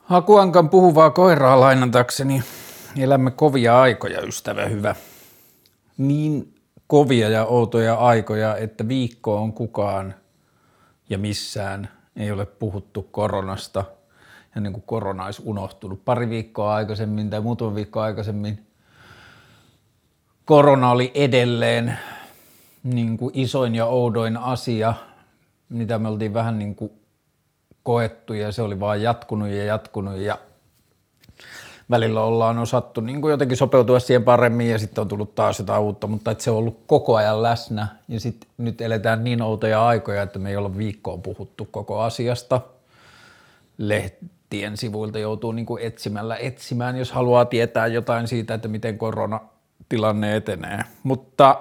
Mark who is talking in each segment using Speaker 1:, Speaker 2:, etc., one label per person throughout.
Speaker 1: Hakuankan puhuvaa koiraa lainatakseni elämme kovia aikoja, ystävä hyvä. Niin kovia ja outoja aikoja, että viikkoon kukaan ja missään ei ole puhuttu koronasta ja niin kuin korona olisi unohtunut. Pari viikkoa aikaisemmin tai muutama viikko aikaisemmin korona oli edelleen niin kuin isoin ja oudoin asia, mitä me oltiin vähän niin kuin koettu ja se oli vaan jatkunut ja välillä ollaan osattu niin kuin jotenkin sopeutua siihen paremmin ja sitten on tullut taas jotain uutta, mutta että se on ollut koko ajan läsnä ja sitten nyt eletään niin outoja aikoja, että me ei olla viikkoon puhuttu koko asiasta. Lehtien sivuilta joutuu niin kuin etsimään, jos haluaa tietää jotain siitä, että miten koronatilanne etenee, mutta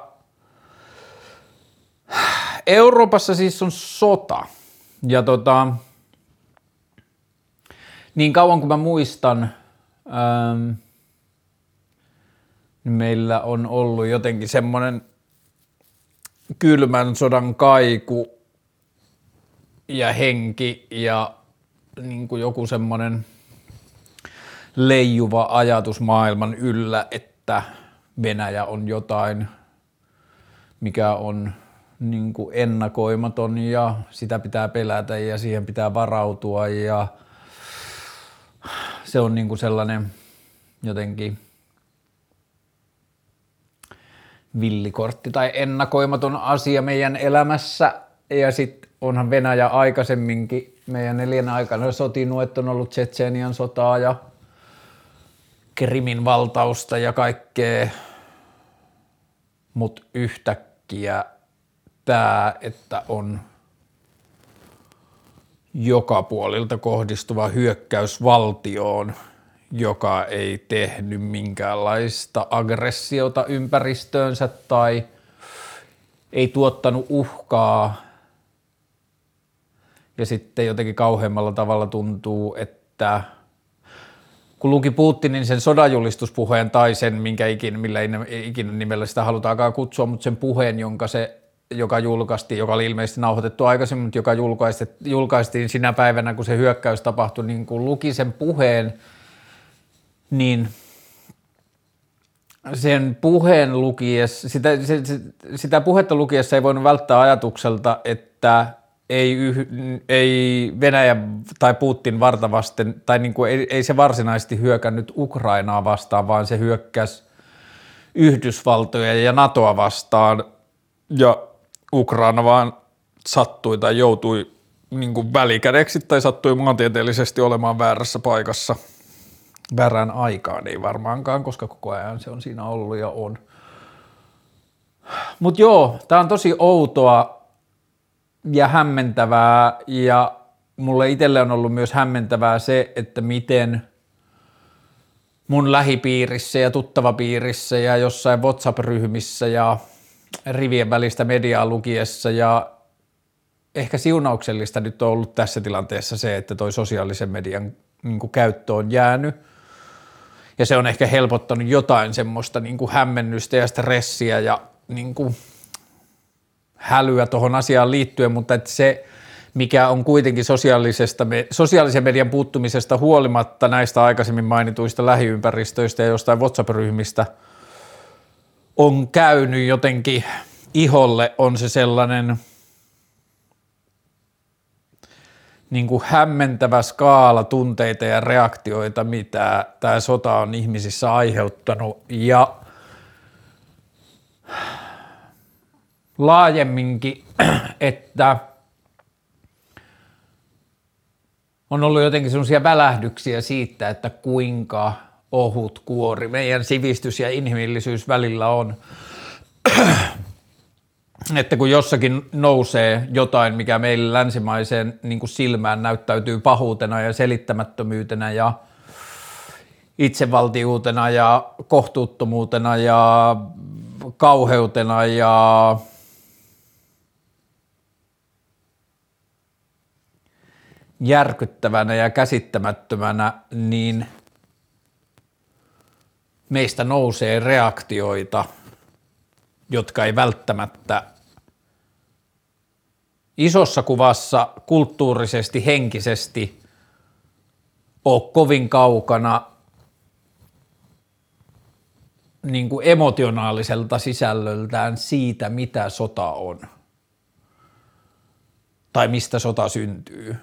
Speaker 1: Euroopassa siis on sota ja niin kauan kuin mä muistan, niin meillä on ollut jotenkin semmoinen kylmän sodan kaiku ja henki ja niin kuin joku semmoinen leijuva ajatus maailman yllä, että Venäjä on jotain, mikä on niin kuin ennakoimaton ja sitä pitää pelätä ja siihen pitää varautua ja se on niin kuin sellainen jotenkin villikortti tai ennakoimaton asia meidän elämässä ja sitten onhan Venäjä aikaisemminkin meidän aikana sotinut, että on ollut Tšetšenian sotaa ja Krimin valtausta ja kaikkea, mutta yhtäkkiä tämä, että on joka puolilta kohdistuva hyökkäys valtioon, joka ei tehnyt minkäänlaista aggressiota ympäristöönsä tai ei tuottanut uhkaa. Ja sitten jotenkin kauheammalla tavalla tuntuu, että kun luki Putinin sen sodanjulistuspuheen tai sen, millä ikinä nimellä sitä halutaankaan kutsua, mutta sen puheen, joka julkaistiin, joka oli ilmeisesti nauhoitettu aikaisemmin, mutta joka julkaistiin sinä päivänä, kun se hyökkäys tapahtui, niin kun luki sen puheen, niin sen puheen lukiessa, sitä puhetta lukiessa ei voinut välttää ajatukselta, että ei Venäjä tai Putin vartavasten, tai niin kuin ei se varsinaisesti hyökännyt Ukrainaa vastaan, vaan se hyökkäsi Yhdysvaltoja ja NATOa vastaan, ja Ukraina vaan sattui tai joutui niin kuin välikädeksi tai sattui maantieteellisesti olemaan väärässä paikassa väärään aikaan, ei varmaankaan, koska koko ajan se on siinä ollut ja on. Mutta joo, tää on tosi outoa ja hämmentävää ja mulle itselle on ollut myös hämmentävää se, että miten mun lähipiirissä ja tuttavapiirissä ja jossain WhatsApp-ryhmissä ja rivien välistä mediaa lukiessa ja ehkä siunauksellista nyt on ollut tässä tilanteessa se, että toi sosiaalisen median niin kuin käyttö on jäänyt ja se on ehkä helpottanut jotain semmoista niin kuin hämmennystä ja stressiä ja niin kuin hälyä tuohon asiaan liittyen, mutta että se, mikä on kuitenkin sosiaalisen median puuttumisesta huolimatta näistä aikaisemmin mainituista lähiympäristöistä ja jostain WhatsApp-ryhmistä on käynyt jotenkin iholle, on se sellainen niin kuin hämmentävä skaala tunteita ja reaktioita, mitä tämä sota on ihmisissä aiheuttanut ja laajemminkin, että on ollut jotenkin sellaisia välähdyksiä siitä, että kuinka ohut kuori meidän sivistys ja inhimillisyys välillä on, että kun jossakin nousee jotain, mikä meille länsimaiseen niin kuin silmään näyttäytyy pahuutena ja selittämättömyytenä ja itsevaltiuutena ja kohtuuttomuutena ja kauheutena ja järkyttävänä ja käsittämättömänä, niin meistä nousee reaktioita, jotka ei välttämättä isossa kuvassa kulttuurisesti, henkisesti ole kovin kaukana niin kuin emotionaaliselta sisällöltään siitä, mitä sota on tai mistä sota syntyy.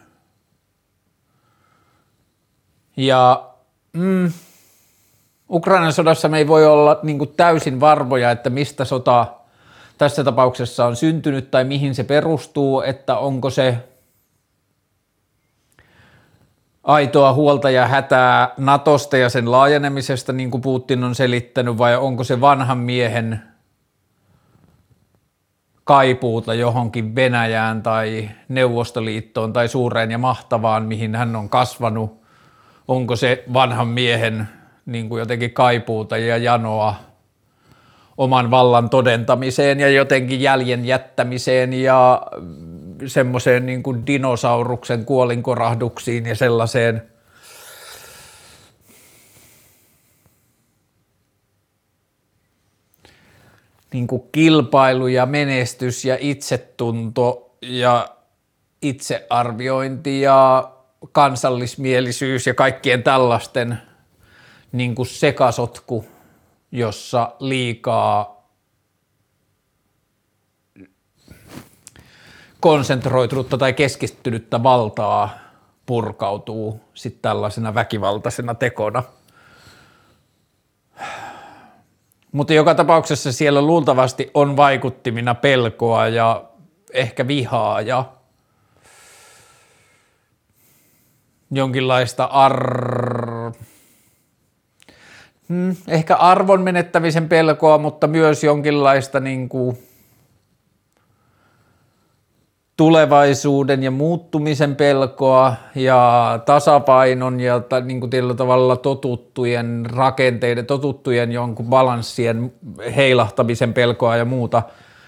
Speaker 1: Ja Ukrainan sodassa me ei voi olla niin kuin täysin varmoja, että mistä sota tässä tapauksessa on syntynyt tai mihin se perustuu, että onko se aitoa huolta ja hätää Natosta ja sen laajenemisesta, niin kuin Putin on selittänyt, vai onko se vanhan miehen kaipuuta johonkin Venäjään tai Neuvostoliittoon tai suureen ja mahtavaan, mihin hän on kasvanut. Onko se vanhan miehen niin kuin jotenkin kaipuuta ja janoa oman vallan todentamiseen ja jotenkin jäljen jättämiseen ja semmoiseen niin kuin dinosauruksen kuolinkorahduksiin ja sellaiseen niin kuin kilpailu ja menestys ja itsetunto ja itsearviointi ja kansallismielisyys ja kaikkien tällaisten niin kuin sekasotku, jossa liikaa konsentroitunutta tai keskittynyttä valtaa purkautuu sitten tällaisena väkivaltaisena tekona. Mutta joka tapauksessa siellä luultavasti on vaikuttimina pelkoa ja ehkä vihaa ja jonkinlaista ehkä arvon menettämisen pelkoa, mutta myös jonkinlaista niin kuin tulevaisuuden ja muuttumisen pelkoa ja tasapainon ja niin kuin tietyllä tavalla totuttujen rakenteiden, totuttujen jonkun balanssien heilahtamisen pelkoa ja muuta.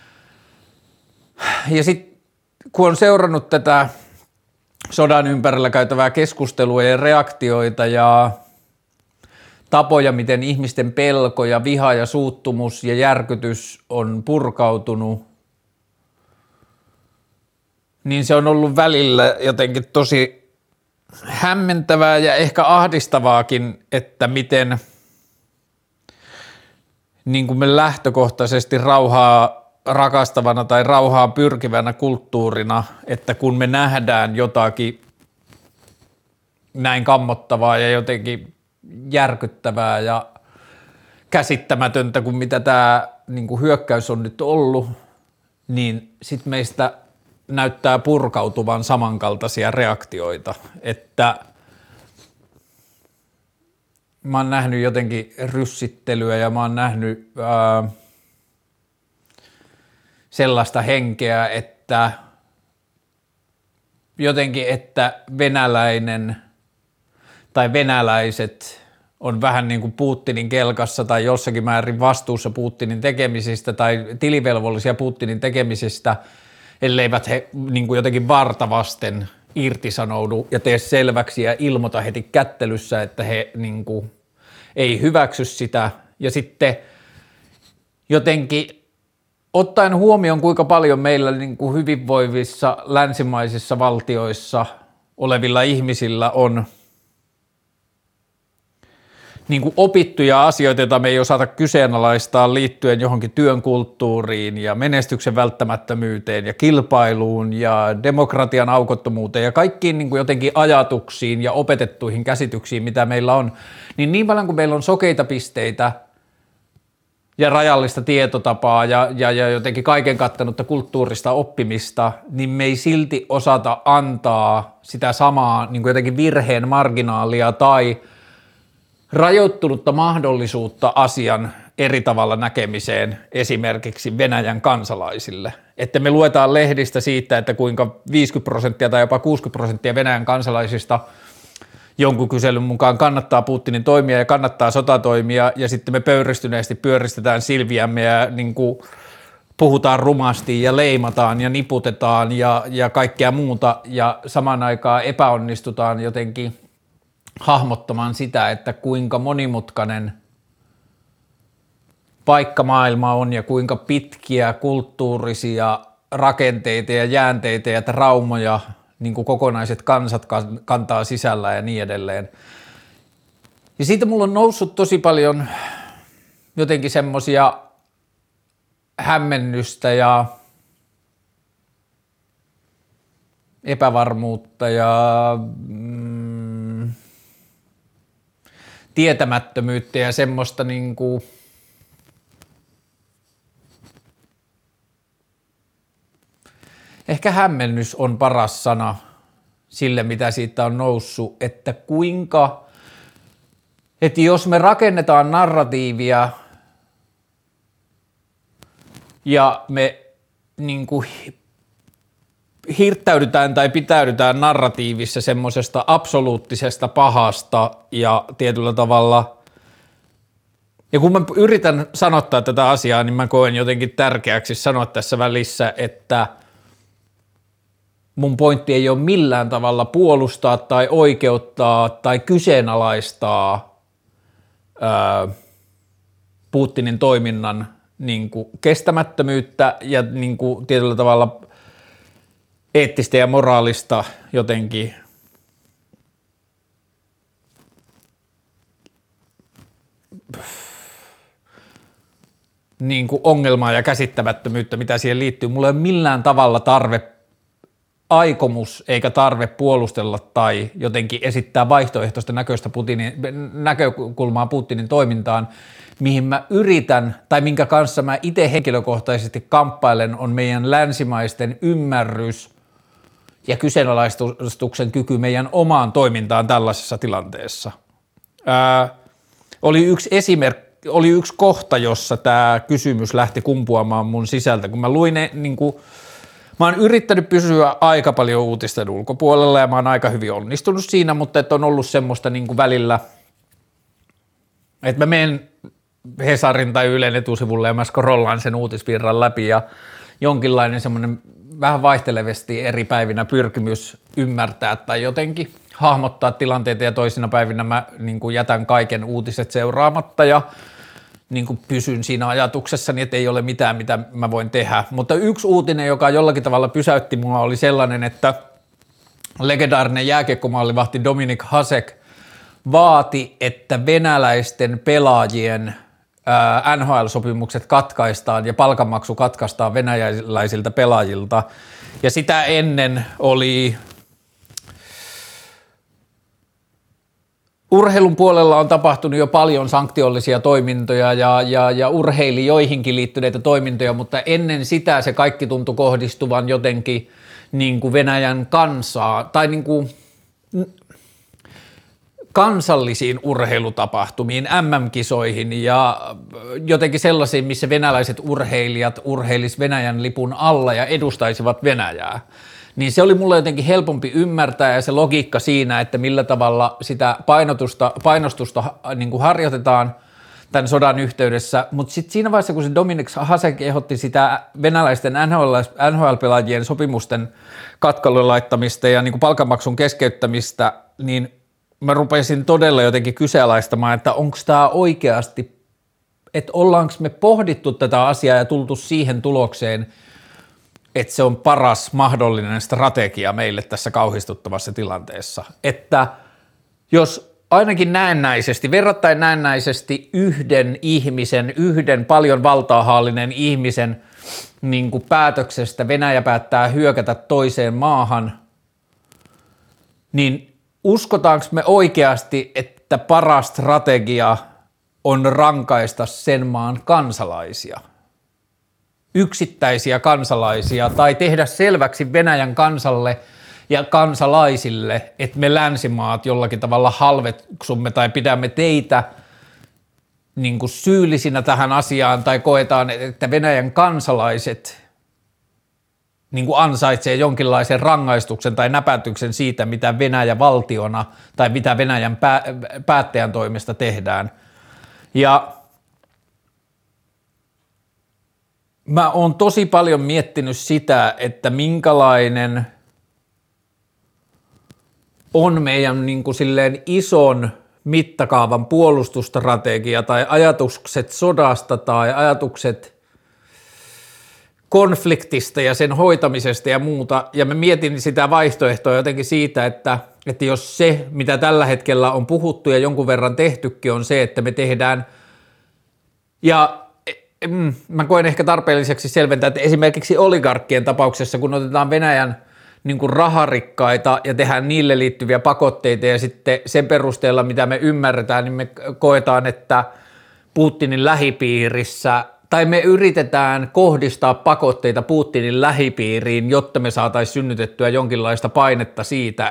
Speaker 1: Ja sitten kun on seurannut tätä sodan ympärillä käytävää keskustelua ja reaktioita ja tapoja, miten ihmisten pelko ja viha ja suuttumus ja järkytys on purkautunut, niin se on ollut välillä jotenkin tosi hämmentävää ja ehkä ahdistavaakin, että miten niin kuin me lähtökohtaisesti rauhaa rakastavana tai rauhaan pyrkivänä kulttuurina, että kun me nähdään jotakin näin kammottavaa ja jotenkin järkyttävää ja käsittämätöntä kuin mitä tämä niin kuin hyökkäys on nyt ollut, niin sitten meistä näyttää purkautuvan samankaltaisia reaktioita, että mä oon nähnyt jotenkin ryssittelyä ja mä oon nähnyt sellaista henkeä, että jotenkin, että venäläinen tai venäläiset on vähän niin kuin Putinin kelkassa tai jossakin määrin vastuussa Putinin tekemisistä tai tilivelvollisia Putinin tekemisistä, elleivät he niin kuin jotenkin vartavasten irtisanoudu ja tee selväksi ja ilmoita heti kättelyssä, että he niin kuin ei hyväksy sitä. Ja sitten jotenkin ottaen huomioon, kuinka paljon meillä niin kuin hyvinvoivissa länsimaisissa valtioissa olevilla ihmisillä on niin kuin opittuja asioita, joita me ei osata kyseenalaistaa liittyen johonkin työn kulttuuriin ja menestyksen välttämättömyyteen ja kilpailuun ja demokratian aukottomuuteen ja kaikkiin niin kuin jotenkin ajatuksiin ja opetettuihin käsityksiin, mitä meillä on, niin paljon kuin meillä on sokeita pisteitä ja rajallista tietotapaa ja jotenkin kaiken kattanutta kulttuurista oppimista, niin me ei silti osata antaa sitä samaa niin kuin jotenkin virheen marginaalia tai rajoittunutta mahdollisuutta asian eri tavalla näkemiseen esimerkiksi Venäjän kansalaisille. Että me luetaan lehdistä siitä, että kuinka 50% tai jopa 60% Venäjän kansalaisista jonkun kyselyn mukaan kannattaa Putinin toimia ja kannattaa sotatoimia, ja sitten me pöyristyneesti pyöristetään silviämme ja niin kuin puhutaan rumasti ja leimataan ja niputetaan ja kaikkea muuta, ja samaan aikaan epäonnistutaan jotenkin hahmottamaan sitä, että kuinka monimutkainen paikka maailma on ja kuinka pitkiä kulttuurisia rakenteita ja jäänteitä ja traumoja niin kuin kokonaiset kansat kantaa sisällä ja niin edelleen. Ja siitä mulla on noussut tosi paljon jotenkin semmoisia hämmennystä ja epävarmuutta ja tietämättömyyttä ja semmoista niinku ehkä hämmennys on paras sana sille, mitä siitä on noussut, että että jos me rakennetaan narratiivia ja me niinku hirttäydytään tai pitäydytään narratiivissa semmoisesta absoluuttisesta pahasta ja tietyllä tavalla, ja kun mä yritän sanottaa tätä asiaa, niin mä koen jotenkin tärkeäksi sanoa tässä välissä, että mun pointti ei ole millään tavalla puolustaa tai oikeuttaa tai kyseenalaistaa Putinin toiminnan niin kuin kestämättömyyttä ja niin kuin tietyllä tavalla eettistä ja moraalista jotenkin niin kuin ongelmaa ja käsittämättömyyttä, mitä siihen liittyy. Mulla ei ole millään tavalla aikomus eikä tarve puolustella tai jotenkin esittää vaihtoehtoista näkökulmaa Putinin toimintaan, mihin mä yritän tai minkä kanssa mä itse henkilökohtaisesti kamppailen, on meidän länsimaisten ymmärrys ja kyseenalaistuksen kyky meidän omaan toimintaan tällaisessa tilanteessa. Oli yksi kohta, jossa tämä kysymys lähti kumpuamaan mun sisältä, kun mä luin mä oon yrittänyt pysyä aika paljon uutisten ulkopuolella ja mä oon aika hyvin onnistunut siinä, mutta että on ollut semmoista niin kuin välillä, että mä menen Hesarin tai Ylen etusivulle ja mä scrollaan sen uutisvirran läpi ja jonkinlainen semmoinen vähän vaihtelevasti eri päivinä pyrkimys ymmärtää tai jotenkin hahmottaa tilanteita ja toisina päivinä mä niin kuin jätän kaiken uutiset seuraamatta ja niin kuin pysyn siinä ajatuksessani, että ei ole mitään, mitä mä voin tehdä. Mutta yksi uutinen, joka jollakin tavalla pysäytti mua, oli sellainen, että legendaarinen jääkiekkomaalivahti Dominik Hasek vaati, että venäläisten pelaajien NHL-sopimukset katkaistaan ja palkanmaksu katkaistaan venäläisiltä pelaajilta. Ja sitä ennen oli urheilun puolella on tapahtunut jo paljon sanktiollisia toimintoja ja urheilijoihinkin liittyneitä toimintoja, mutta ennen sitä se kaikki tuntui kohdistuvan jotenkin niin kuin Venäjän kansaa tai niin kuin kansallisiin urheilutapahtumiin, MM-kisoihin ja jotenkin sellaisiin, missä venäläiset urheilijat urheilis Venäjän lipun alla ja edustaisivat Venäjää. Niin se oli mulle jotenkin helpompi ymmärtää ja se logiikka siinä, että millä tavalla sitä painostusta niin kuin harjoitetaan tämän sodan yhteydessä, mutta sitten siinä vaiheessa, kun se Dominik Hasek ehdotti sitä venäläisten NHL-pelaajien sopimusten katkolle laittamista ja niin kuin palkanmaksun keskeyttämistä, niin mä rupesin todella jotenkin kyseenalaistamaan, että onko tämä oikeasti, että ollaanko me pohdittu tätä asiaa ja tultu siihen tulokseen, että se on paras mahdollinen strategia meille tässä kauhistuttavassa tilanteessa. Että jos ainakin verrattain näennäisesti yhden paljon valtaa haallinen ihmisen niin kuin päätöksestä Venäjä päättää hyökätä toiseen maahan, niin uskotaanko me oikeasti, että paras strategia on rankaista sen maan kansalaisia? Yksittäisiä kansalaisia tai tehdä selväksi Venäjän kansalle ja kansalaisille, että me länsimaat jollakin tavalla halveksumme tai pidämme teitä niin kuin syyllisinä tähän asiaan tai koetaan, että Venäjän kansalaiset niin kuin ansaitsee jonkinlaisen rangaistuksen tai näpätyksen siitä, mitä Venäjä valtiona tai mitä Venäjän päättäjän toimesta tehdään. Ja mä oon tosi paljon miettinyt sitä, että minkälainen on meidän niin kuin silleen ison mittakaavan puolustusstrategia tai ajatukset sodasta tai ajatukset konfliktista ja sen hoitamisesta ja muuta, ja mä mietin sitä vaihtoehtoa jotenkin siitä, että jos se, mitä tällä hetkellä on puhuttu ja jonkun verran tehtykin, on se, että me tehdään, ja mä koen ehkä tarpeelliseksi selventää, että esimerkiksi oligarkkien tapauksessa, kun otetaan Venäjän niin kuin raharikkaita ja tehdään niille liittyviä pakotteita ja sitten sen perusteella, mitä me ymmärretään, niin me koetaan, että Putinin lähipiirissä, tai me yritetään kohdistaa pakotteita Putinin lähipiiriin, jotta me saataisiin synnytettyä jonkinlaista painetta siitä,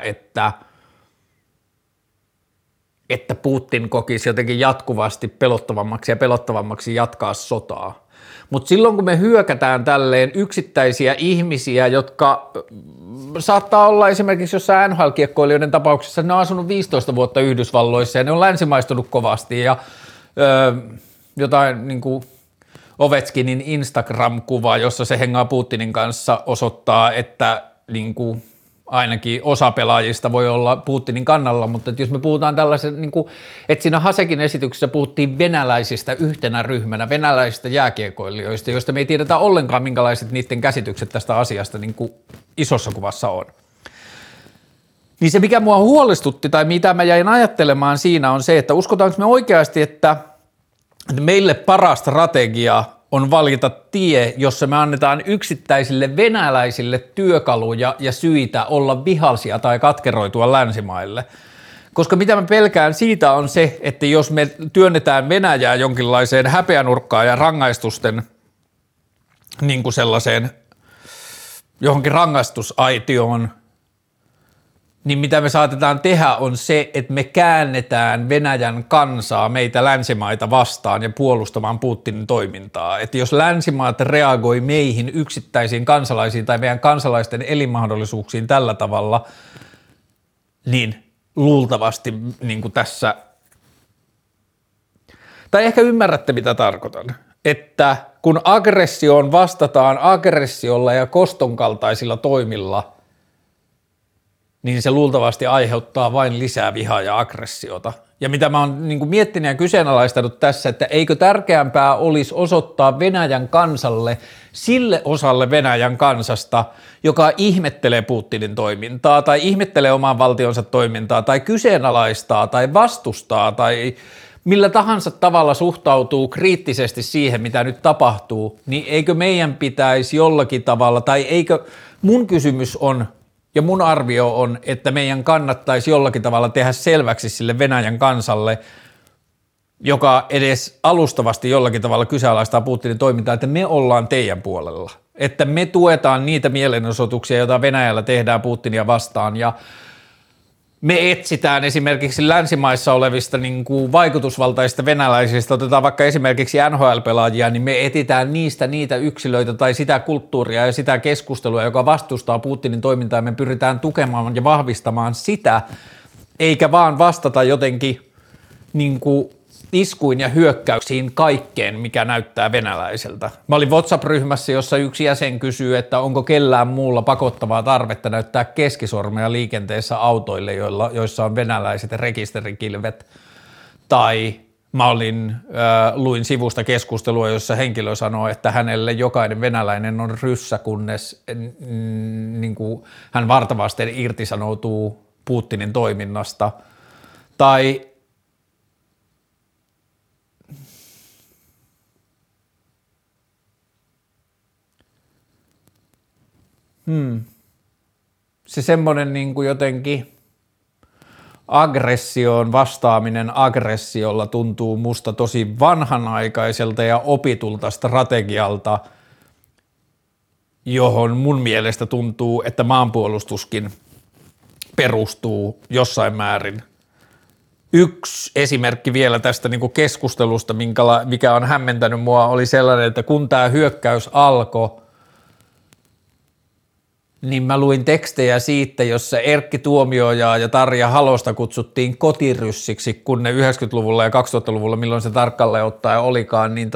Speaker 1: että Putin kokisi jotenkin jatkuvasti pelottavammaksi jatkaa sotaa. Mutta silloin kun me hyökätään tälleen yksittäisiä ihmisiä, jotka saattaa olla esimerkiksi jossain NHL-kiekkoilijoiden tapauksessa, ne on asunut 15 vuotta Yhdysvalloissa ja ne on länsimaistunut kovasti ja jotain niin kuin Ovechkinin Instagram-kuva, jossa se hengaa Putinin kanssa, osoittaa, että niin kuin ainakin osa pelaajista voi olla Putinin kannalla, mutta että jos me puhutaan tällaisen, niin kuin, että siinä Hasekin esityksessä puhuttiin venäläisistä yhtenä ryhmänä, venäläisistä jääkiekoilijoista, joista me ei tiedetä ollenkaan, minkälaiset niiden käsitykset tästä asiasta niin kuin isossa kuvassa on. Niin se, mikä mua huolestutti tai mitä mä jäin ajattelemaan siinä on se, että uskotaanko me oikeasti, että meille paras strategia on valita tie, jossa me annetaan yksittäisille venäläisille työkaluja ja syitä olla vihaisia tai katkeroitua länsimaille. Koska mitä mä pelkään siitä on se, että jos me työnnetään Venäjää jonkinlaiseen häpeänurkkaan ja rangaistusten niin kuin sellaiseen johonkin rangaistusaitioon, niin mitä me saatetaan tehdä on se, että me käännetään Venäjän kansaa meitä länsimaita vastaan ja puolustamaan Putinin toimintaa. Että jos länsimaat reagoi meihin yksittäisiin kansalaisiin tai meidän kansalaisten elinmahdollisuuksiin tällä tavalla, niin luultavasti niin kuin tässä, tai ehkä ymmärrätte mitä tarkoitan, että kun aggressioon vastataan aggressiolla ja koston kaltaisilla toimilla, niin se luultavasti aiheuttaa vain lisää vihaa ja aggressiota. Ja mitä mä oon niin kuin miettinyt ja kyseenalaistanut tässä, että eikö tärkeämpää olisi osoittaa Venäjän kansalle, sille osalle Venäjän kansasta, joka ihmettelee Putinin toimintaa tai ihmettelee oman valtionsa toimintaa tai kyseenalaistaa tai vastustaa tai millä tahansa tavalla suhtautuu kriittisesti siihen, mitä nyt tapahtuu, niin eikö meidän pitäisi jollakin tavalla, tai eikö mun kysymys on, ja mun arvio on, että meidän kannattaisi jollakin tavalla tehdä selväksi sille Venäjän kansalle, joka edes alustavasti jollakin tavalla kyseenalaistaa Putinin toimintaa, että me ollaan teidän puolella. Että me tuetaan niitä mielenosoituksia, joita Venäjällä tehdään Putinia vastaan, ja me etsitään esimerkiksi länsimaissa olevista niin kuin vaikutusvaltaisista venäläisistä, otetaan vaikka esimerkiksi NHL-pelaajia, niin me etsitään niistä niitä yksilöitä tai sitä kulttuuria ja sitä keskustelua, joka vastustaa Putinin toimintaa, ja me pyritään tukemaan ja vahvistamaan sitä, eikä vaan vastata jotenkin niin kuin iskuin ja hyökkäyksiin kaikkeen, mikä näyttää venäläiseltä. Mä olin WhatsApp-ryhmässä, jossa yksi jäsen kysyy, että onko kellään muulla pakottavaa tarvetta näyttää keskisormea liikenteessä autoille, joissa on venäläiset rekisterikilvet. Tai mä luin sivusta keskustelua, jossa henkilö sanoo, että hänelle jokainen venäläinen on ryssä, kunnes niin kuin hän vartavasten irtisanoutuu Putinin toiminnasta. Tai se semmoinen niin kuin jotenkin aggressioon vastaaminen aggressiolla tuntuu musta tosi vanhanaikaiselta ja opitulta strategialta, johon mun mielestä tuntuu, että maanpuolustuskin perustuu jossain määrin. Yksi esimerkki vielä tästä niin kuin keskustelusta, mikä on hämmentänyt mua, oli sellainen, että kun tämä hyökkäys alkoi, niin mä luin tekstejä siitä, jossa Erkki Tuomiojaa ja Tarja Halosta kutsuttiin kotiryssiksi, kun ne 90-luvulla ja 2000-luvulla, milloin se tarkalleen ottaen olikaan, niin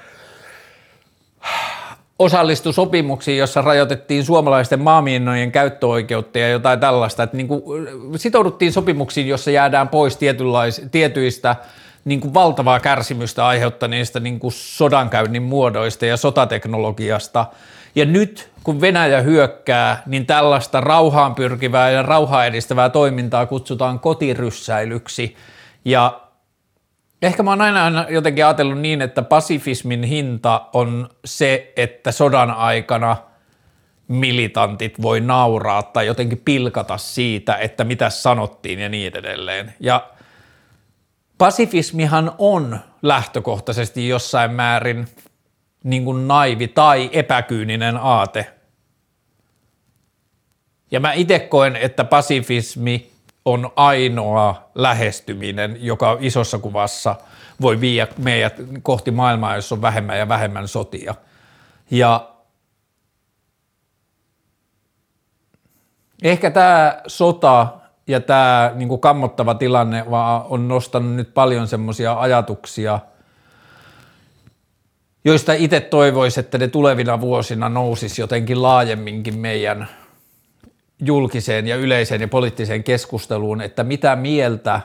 Speaker 1: osallistui sopimuksiin, jossa rajoitettiin suomalaisten maamiinojen käyttöoikeutta ja jotain tällaista, että niin kuin sitouduttiin sopimuksiin, jossa jäädään pois tietyistä niin kuin valtavaa kärsimystä aiheuttaneista niin kuin sodankäynnin muodoista ja sotateknologiasta. Ja nyt kun Venäjä hyökkää, niin tällaista rauhaan pyrkivää ja rauhaa edistävää toimintaa kutsutaan kotiryssäilyksi. Ja ehkä mä oon aina jotenkin ajatellut niin, että pasifismin hinta on se, että sodan aikana militantit voi nauraa tai jotenkin pilkata siitä, että mitä sanottiin ja niin edelleen. Ja pasifismihan on lähtökohtaisesti jossain määrin niin kuin naivi tai epäkyyninen aate. Ja mä itse koen, että pasifismi on ainoa lähestyminen, joka isossa kuvassa voi viedä meidät kohti maailmaa, jossa on vähemmän ja vähemmän sotia. Ja ehkä tämä sota ja tämä niin kuin kammottava tilanne on nostanut nyt paljon semmoisia ajatuksia, joista itse toivoisin, että ne tulevina vuosina nousisi jotenkin laajemminkin meidän julkiseen ja yleiseen ja poliittiseen keskusteluun, että mitä mieltä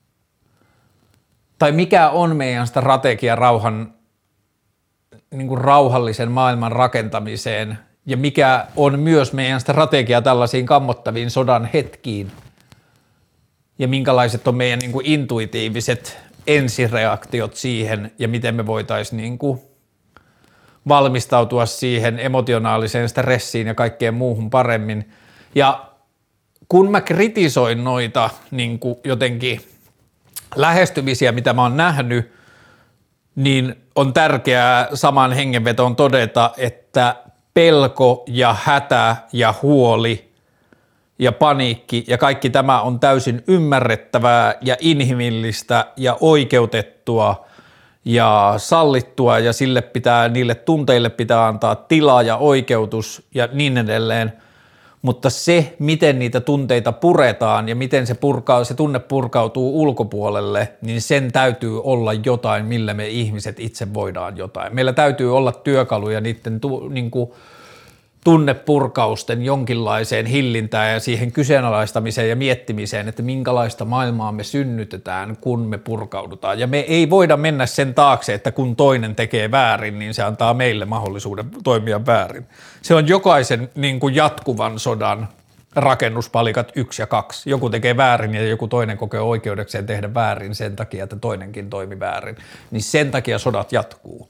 Speaker 1: tai mikä on meidän strategia niin kuin rauhallisen maailman rakentamiseen ja mikä on myös meidän strategia tällaisiin kammottaviin sodan hetkiin ja minkälaiset on meidän niin kuin intuitiiviset ensireaktiot siihen ja miten me voitaisiin niin kuin valmistautua siihen emotionaaliseen stressiin ja kaikkeen muuhun paremmin. Ja kun mä kritisoin noita niin kuin jotenkin lähestymisiä, mitä mä oon nähnyt, niin on tärkeää saman hengenvetoon todeta, että pelko ja hätä ja huoli ja paniikki ja kaikki tämä on täysin ymmärrettävää ja inhimillistä ja oikeutettua ja sallittua ja niille tunteille pitää antaa tila ja oikeutus ja niin edelleen. Mutta se, miten niitä tunteita puretaan ja miten se tunne purkautuu ulkopuolelle, niin sen täytyy olla jotain, millä me ihmiset itse voidaan jotain. Meillä täytyy olla työkaluja niiden tunnepurkausten jonkinlaiseen hillintään ja siihen kyseenalaistamiseen ja miettimiseen, että minkälaista maailmaa me synnytetään, kun me purkaudutaan. Ja me ei voida mennä sen taakse, että kun toinen tekee väärin, niin se antaa meille mahdollisuuden toimia väärin. Se on jokaisen niin kuin jatkuvan sodan rakennuspalikat 1 ja 2. Joku tekee väärin ja joku toinen kokee oikeudekseen tehdä väärin sen takia, että toinenkin toimi väärin. Niin sen takia sodat jatkuu.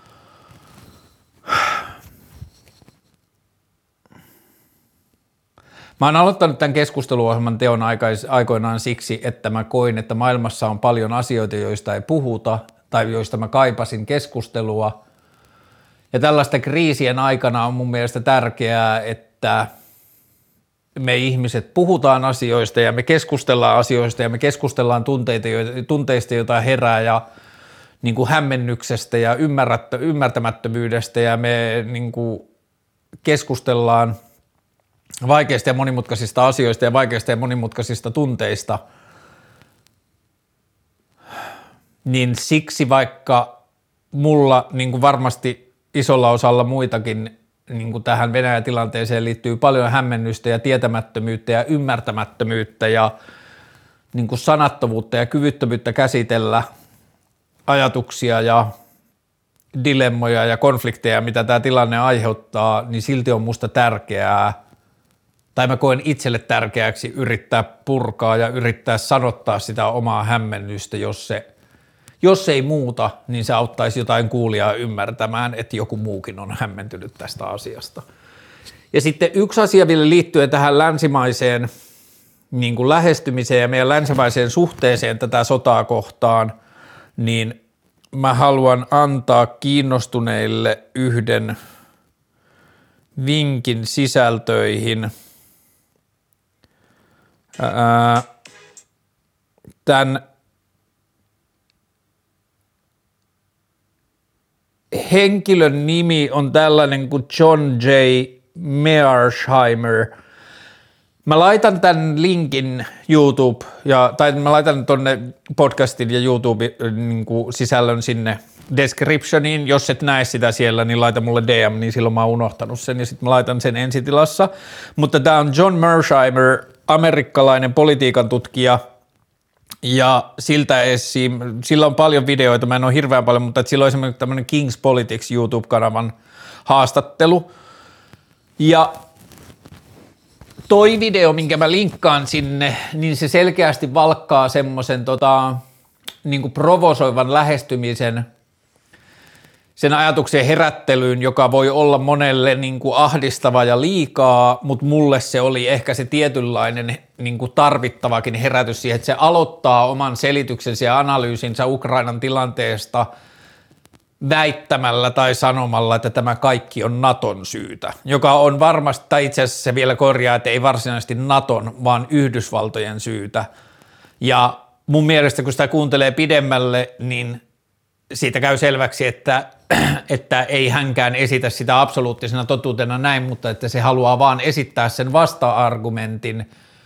Speaker 1: Mä oon aloittanut tämän keskusteluohjelman teon aikoinaan siksi, että mä koin, että maailmassa on paljon asioita, joista ei puhuta tai joista mä kaipasin keskustelua. Ja tällaista kriisien aikana on mun mielestä tärkeää, että me ihmiset puhutaan asioista ja me keskustellaan asioista ja me keskustellaan tunteista, joita herää ja niin kuin hämmennyksestä ja ymmärtämättömyydestä ja me niin kuin keskustellaan vaikeista ja monimutkaisista asioista ja vaikeista ja monimutkaisista tunteista, niin siksi vaikka mulla niin kuin varmasti isolla osalla muitakin niin kuin tähän Venäjä-tilanteeseen liittyy paljon hämmennystä ja tietämättömyyttä ja ymmärtämättömyyttä ja niin kuin sanattomuutta ja kyvyttömyyttä käsitellä ajatuksia ja dilemmoja ja konflikteja, mitä tämä tilanne aiheuttaa, niin silti on musta tärkeää, tai mä koen itselle tärkeäksi yrittää purkaa ja yrittää sanottaa sitä omaa hämmennystä, jos ei muuta, niin se auttaisi jotain kuulijaa ymmärtämään, että joku muukin on hämmentynyt tästä asiasta. Ja sitten yksi asia vielä liittyen tähän länsimaiseen niin kuin lähestymiseen ja meidän länsimaiseen suhteeseen tätä sotaa kohtaan, niin mä haluan antaa kiinnostuneille yhden vinkin sisältöihin. Tämän henkilön nimi on tällainen kuin John J. Mearsheimer. Mä laitan tämän linkin tai mä laitan tonne podcastin ja YouTube-sisällön sinne descriptioniin. Jos et näe sitä siellä, niin laita mulle DM, niin silloin mä oon unohtanut sen ja sitten mä laitan sen ensitilassa. Mutta tää on John Mearsheimer, amerikkalainen politiikan tutkija, Ja sillä on paljon videoita, mä en ole hirveän paljon, mutta sillä on esimerkiksi tämmöinen King's Politics YouTube-kanavan haastattelu. Ja toi video, minkä mä linkkaan sinne, niin se selkeästi valkkaa semmoisen niin kuin provosoivan lähestymisen sen ajatuksen herättelyyn, joka voi olla monelle niin kuin ahdistava ja liikaa, mutta mulle se oli ehkä se tietynlainen niin kuin tarvittavakin herätys siihen, että se aloittaa oman selityksensä ja analyysinsä Ukrainan tilanteesta väittämällä tai sanomalla, että tämä kaikki on Naton syytä, joka on varmasti, tai itse asiassa se vielä korjaa, että ei varsinaisesti Naton, vaan Yhdysvaltojen syytä. Ja mun mielestä, kun sitä kuuntelee pidemmälle, niin siitä käy selväksi, että ei hänkään esitä sitä absoluuttisena totuutena näin, mutta että se haluaa vaan esittää sen vasta-argumentin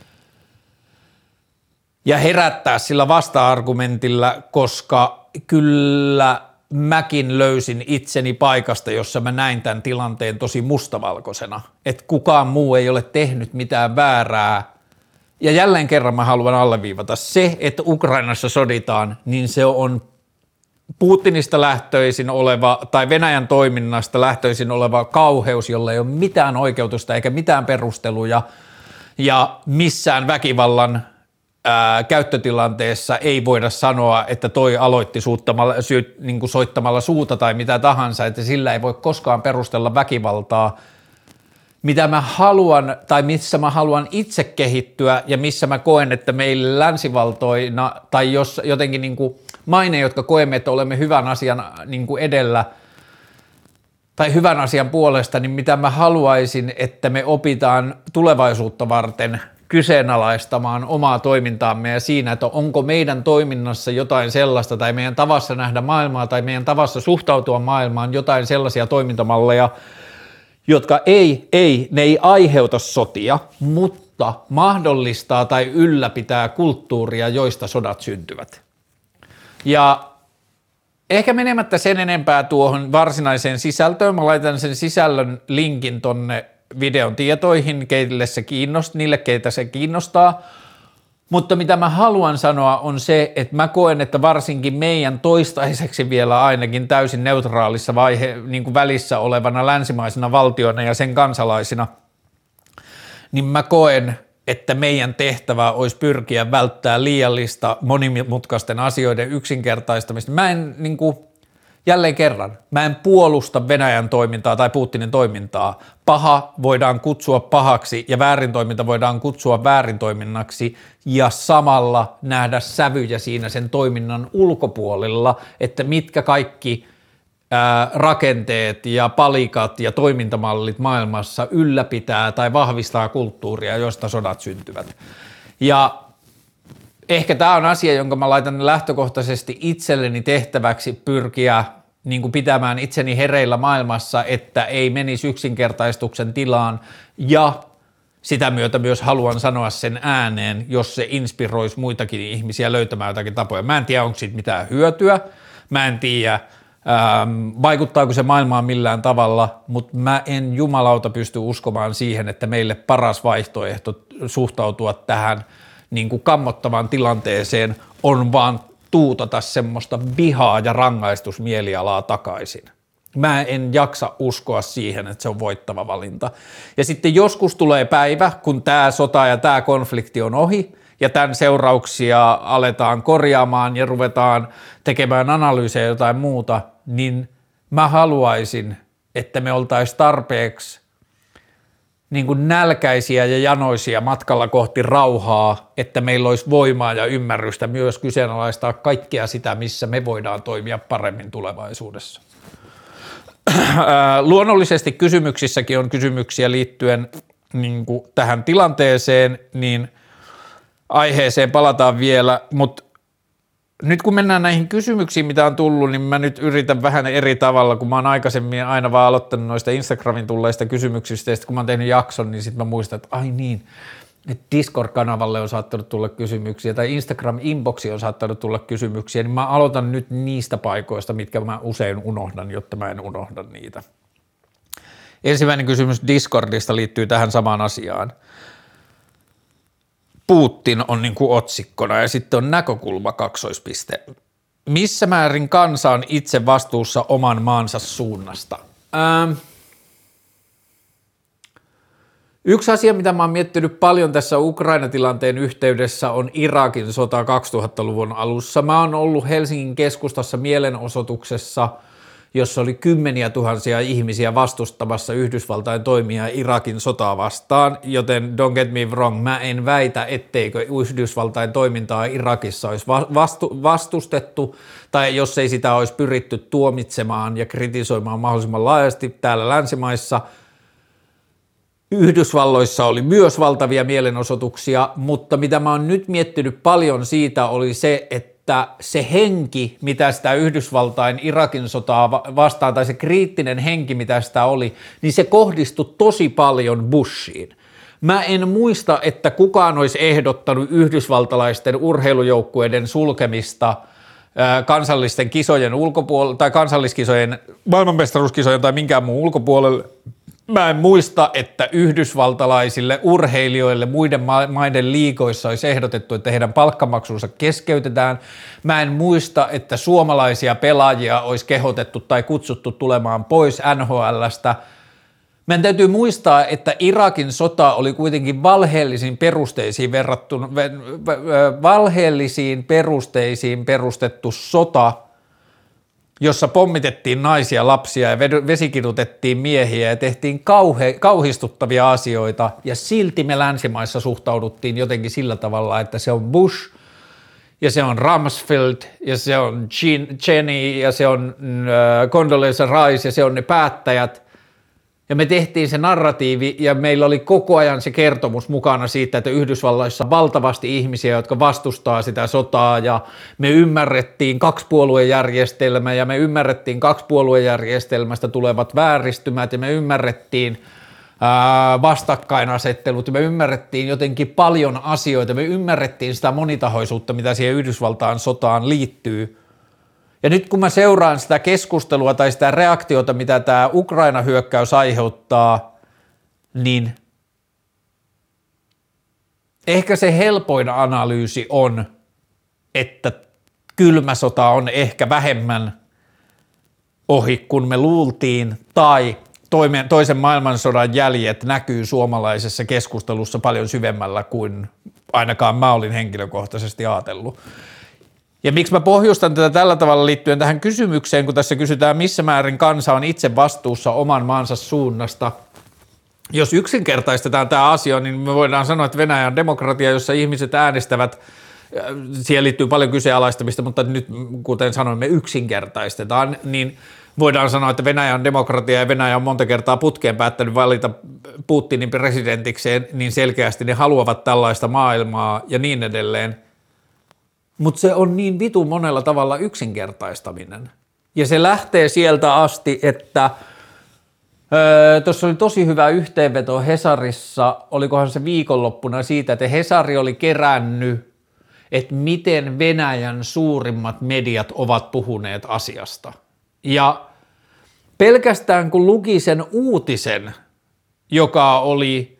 Speaker 1: ja herättää sillä vasta-argumentilla, koska kyllä mäkin löysin itseni paikasta, jossa mä näin tämän tilanteen tosi mustavalkoisena, että kukaan muu ei ole tehnyt mitään väärää. Ja jälleen kerran mä haluan alleviivata se, että Ukrainassa soditaan, niin se on Putinista lähtöisin oleva tai Venäjän toiminnasta lähtöisin oleva kauheus, jolla ei ole mitään oikeutusta eikä mitään perusteluja ja missään väkivallan käyttötilanteessa ei voida sanoa, että toi aloitti niin kuin soittamalla suuta tai mitä tahansa, että sillä ei voi koskaan perustella väkivaltaa. Mitä mä haluan tai missä mä haluan itse kehittyä ja missä mä koen, että meille länsivaltoina tai jos jotenkin niin kuin maine, jotka koemme, että olemme hyvän asian niin kuin edellä tai hyvän asian puolesta, niin mitä mä haluaisin, että me opitaan tulevaisuutta varten kyseenalaistamaan omaa toimintaamme ja siinä, että onko meidän toiminnassa jotain sellaista tai meidän tavassa nähdä maailmaa tai meidän tavassa suhtautua maailmaan jotain sellaisia toimintamalleja, jotka ne ei aiheuta sotia, mutta mahdollistaa tai ylläpitää kulttuuria, joista sodat syntyvät. Ja ehkä menemättä sen enempää tuohon varsinaiseen sisältöön, mä laitan sen sisällön linkin tonne videon tietoihin, niille keitä se kiinnostaa, mutta mitä mä haluan sanoa on se, että mä koen, että varsinkin meidän toistaiseksi vielä ainakin täysin neutraalissa niin kuin välissä olevana länsimaisena valtiona ja sen kansalaisina, niin mä koen, että meidän tehtävä olisi pyrkiä välttää liiallista monimutkaisten asioiden yksinkertaistamista. Jälleen kerran, mä en puolusta Venäjän toimintaa tai Putinin toimintaa. Paha voidaan kutsua pahaksi ja väärintoiminta voidaan kutsua väärintoiminnaksi ja samalla nähdä sävyjä siinä sen toiminnan ulkopuolella, että mitkä kaikki rakenteet ja palikat ja toimintamallit maailmassa ylläpitää tai vahvistaa kulttuuria, josta sodat syntyvät. Ja ehkä tämä on asia, jonka mä laitan lähtökohtaisesti itselleni tehtäväksi pyrkiä niin kuin pitämään itseni hereillä maailmassa, että ei menisi yksinkertaistuksen tilaan ja sitä myötä myös haluan sanoa sen ääneen, jos se inspiroisi muitakin ihmisiä löytämään jotakin tapoja. Mä en tiedä, onko siitä mitään hyötyä, mä en tiedä, vaikuttaako se maailmaan millään tavalla, mutta mä en jumalauta pysty uskomaan siihen, että meille paras vaihtoehto suhtautua tähän niin kuin kammottavaan tilanteeseen on vaan tuutata semmoista vihaa ja rangaistusmielialaa takaisin. Mä en jaksa uskoa siihen, että se on voittava valinta. Ja sitten joskus tulee päivä, kun tämä sota ja tämä konflikti on ohi, ja tämän seurauksia aletaan korjaamaan ja ruvetaan tekemään analyysejä jotain muuta, niin mä haluaisin, että me oltaisiin tarpeeksi niin kuin nälkäisiä ja janoisia matkalla kohti rauhaa, että meillä olisi voimaa ja ymmärrystä myös kyseenalaistaa kaikkea sitä, missä me voidaan toimia paremmin tulevaisuudessa. Luonnollisesti kysymyksissäkin on kysymyksiä liittyen niin kuin tähän tilanteeseen, niin aiheeseen palataan vielä, mutta nyt kun mennään näihin kysymyksiin, mitä on tullut, niin mä nyt yritän vähän eri tavalla, kun mä oon aikaisemmin aina vaan aloittanut noista Instagramin tulleista kysymyksistä, ja sitten kun mä oon tehnyt jakson, niin sitten mä muistan, että ai niin, että Discord-kanavalle on saattanut tulla kysymyksiä, tai Instagram-inboxiin on saattanut tulla kysymyksiä, niin mä aloitan nyt niistä paikoista, mitkä mä usein unohdan, jotta mä en unohda niitä. Ensimmäinen kysymys Discordista liittyy tähän samaan asiaan. Putin on niin kuin otsikkona ja sitten on näkökulma kaksoispiste. Missä määrin kansa on itse vastuussa oman maansa suunnasta? Yksi asia, mitä mä oon miettinyt paljon tässä Ukraina-tilanteen yhteydessä, on Irakin sota 2000-luvun alussa. Mä oon ollut Helsingin keskustassa mielenosoituksessa, jossa oli kymmeniä tuhansia ihmisiä vastustamassa Yhdysvaltain toimia Irakin sotaa vastaan, joten don't get me wrong, mä en väitä, etteikö Yhdysvaltain toimintaa Irakissa olisi vastustettu, tai jos ei sitä olisi pyritty tuomitsemaan ja kritisoimaan mahdollisimman laajasti täällä länsimaissa. Yhdysvalloissa oli myös valtavia mielenosoituksia, mutta mitä mä oon nyt miettinyt paljon siitä oli se, että se henki, mitä sitä Yhdysvaltain Irakin sotaa vastaan, tai se kriittinen henki, mitä sitä oli, niin se kohdistui tosi paljon Bushiin. Mä en muista, että kukaan olisi ehdottanut yhdysvaltalaisten urheilujoukkueiden sulkemista kansallisten kisojen ulkopuolelle, tai kansalliskisojen, maailmanmestaruuskisojen tai minkään muun ulkopuolelle. Mä en muista, että yhdysvaltalaisille urheilijoille muiden maiden liigoissa olisi ehdotettu, että heidän palkkamaksunsa keskeytetään. Mä en muista, että suomalaisia pelaajia olisi kehotettu tai kutsuttu tulemaan pois NHL:stä. Meidän täytyy muistaa, että Irakin sota oli kuitenkin valheellisiin perusteisiin perustettu sota, jossa pommitettiin naisia, lapsia ja vesikidutettiin miehiä ja tehtiin kauhistuttavia asioita, ja silti me länsimaissa suhtauduttiin jotenkin sillä tavalla, että se on Bush ja se on Rumsfeld ja se on Cheney ja se on Condoleezza Rice ja se on ne päättäjät. Ja me tehtiin se narratiivi ja meillä oli koko ajan se kertomus mukana siitä, että Yhdysvalloissa on valtavasti ihmisiä, jotka vastustaa sitä sotaa, ja me ymmärrettiin kaksipuoluejärjestelmä ja me ymmärrettiin kaksipuoluejärjestelmästä tulevat vääristymät ja me ymmärrettiin vastakkainasettelut ja me ymmärrettiin jotenkin paljon asioita, me ymmärrettiin sitä monitahoisuutta, mitä siihen Yhdysvaltain sotaan liittyy. Ja nyt kun mä seuraan sitä keskustelua tai sitä reaktiota, mitä tämä Ukraina-hyökkäys aiheuttaa, niin ehkä se helpoin analyysi on, että kylmä sota on ehkä vähemmän ohi kuin me luultiin, tai toisen maailmansodan jäljet näkyy suomalaisessa keskustelussa paljon syvemmällä kuin ainakaan mä olin henkilökohtaisesti ajatellut. Ja miksi mä pohjustan tätä tällä tavalla liittyen tähän kysymykseen, kun tässä kysytään, missä määrin kansa on itse vastuussa oman maansa suunnasta. Jos yksinkertaistetaan tämä asia, niin me voidaan sanoa, että Venäjä on demokratia, jossa ihmiset äänestävät, siihen liittyy paljon kyseenalaistamista, mutta nyt kuten sanoin, me yksinkertaistetaan, niin voidaan sanoa, että Venäjä on demokratia ja Venäjä on monta kertaa putkeen päättänyt valita Putinin presidentikseen, niin selkeästi ne haluavat tällaista maailmaa ja niin edelleen. Mutta se on niin vitun monella tavalla yksinkertaistaminen. Ja se lähtee sieltä asti, että tuossa oli tosi hyvä yhteenveto Hesarissa, olikohan se viikonloppuna siitä, että Hesari oli kerännyt, että miten Venäjän suurimmat mediat ovat puhuneet asiasta. Ja pelkästään kun luki sen uutisen, joka oli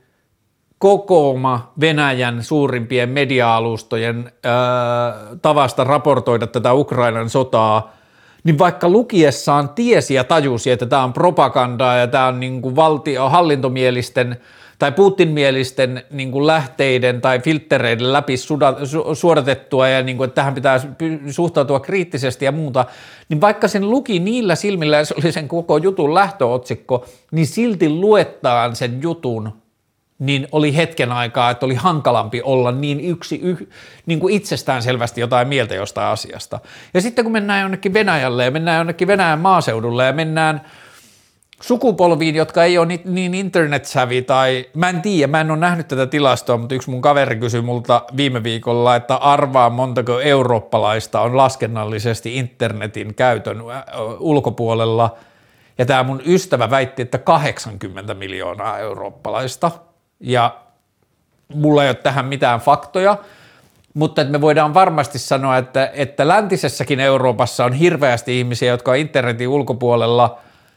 Speaker 1: kokooma Venäjän suurimpien media-alustojen tavasta raportoida tätä Ukrainan sotaa, niin vaikka lukiessaan tiesi ja tajusi, että tämä on propagandaa ja tämä on niin kuin hallintomielisten tai Putin-mielisten niin kuin lähteiden tai filttereiden läpi suodatettua ja niin kuin, että tähän pitää suhtautua kriittisesti ja muuta, niin vaikka sen luki niillä silmillä ja se oli sen koko jutun lähtöotsikko, niin silti luettaan sen jutun, niin oli hetken aikaa, että oli hankalampi olla niin niin kuin itsestään selvästi jotain mieltä jostain asiasta. Ja sitten kun mennään jonnekin Venäjälle ja mennään jonnekin Venäjän maaseudulle ja mennään sukupolviin, jotka ei ole niin internet-savvy tai mä en tiedä, mä en ole nähnyt tätä tilastoa, mutta yksi mun kaveri kysyi multa viime viikolla, että arvaa montako eurooppalaista on laskennallisesti internetin käytön ulkopuolella, ja tämä mun ystävä väitti, että 80 miljoonaa eurooppalaista, ja mulla ei ole tähän mitään faktoja, mutta että me voidaan varmasti sanoa, että läntisessäkin Euroopassa on hirveästi ihmisiä, jotka on internetin ulkopuolella,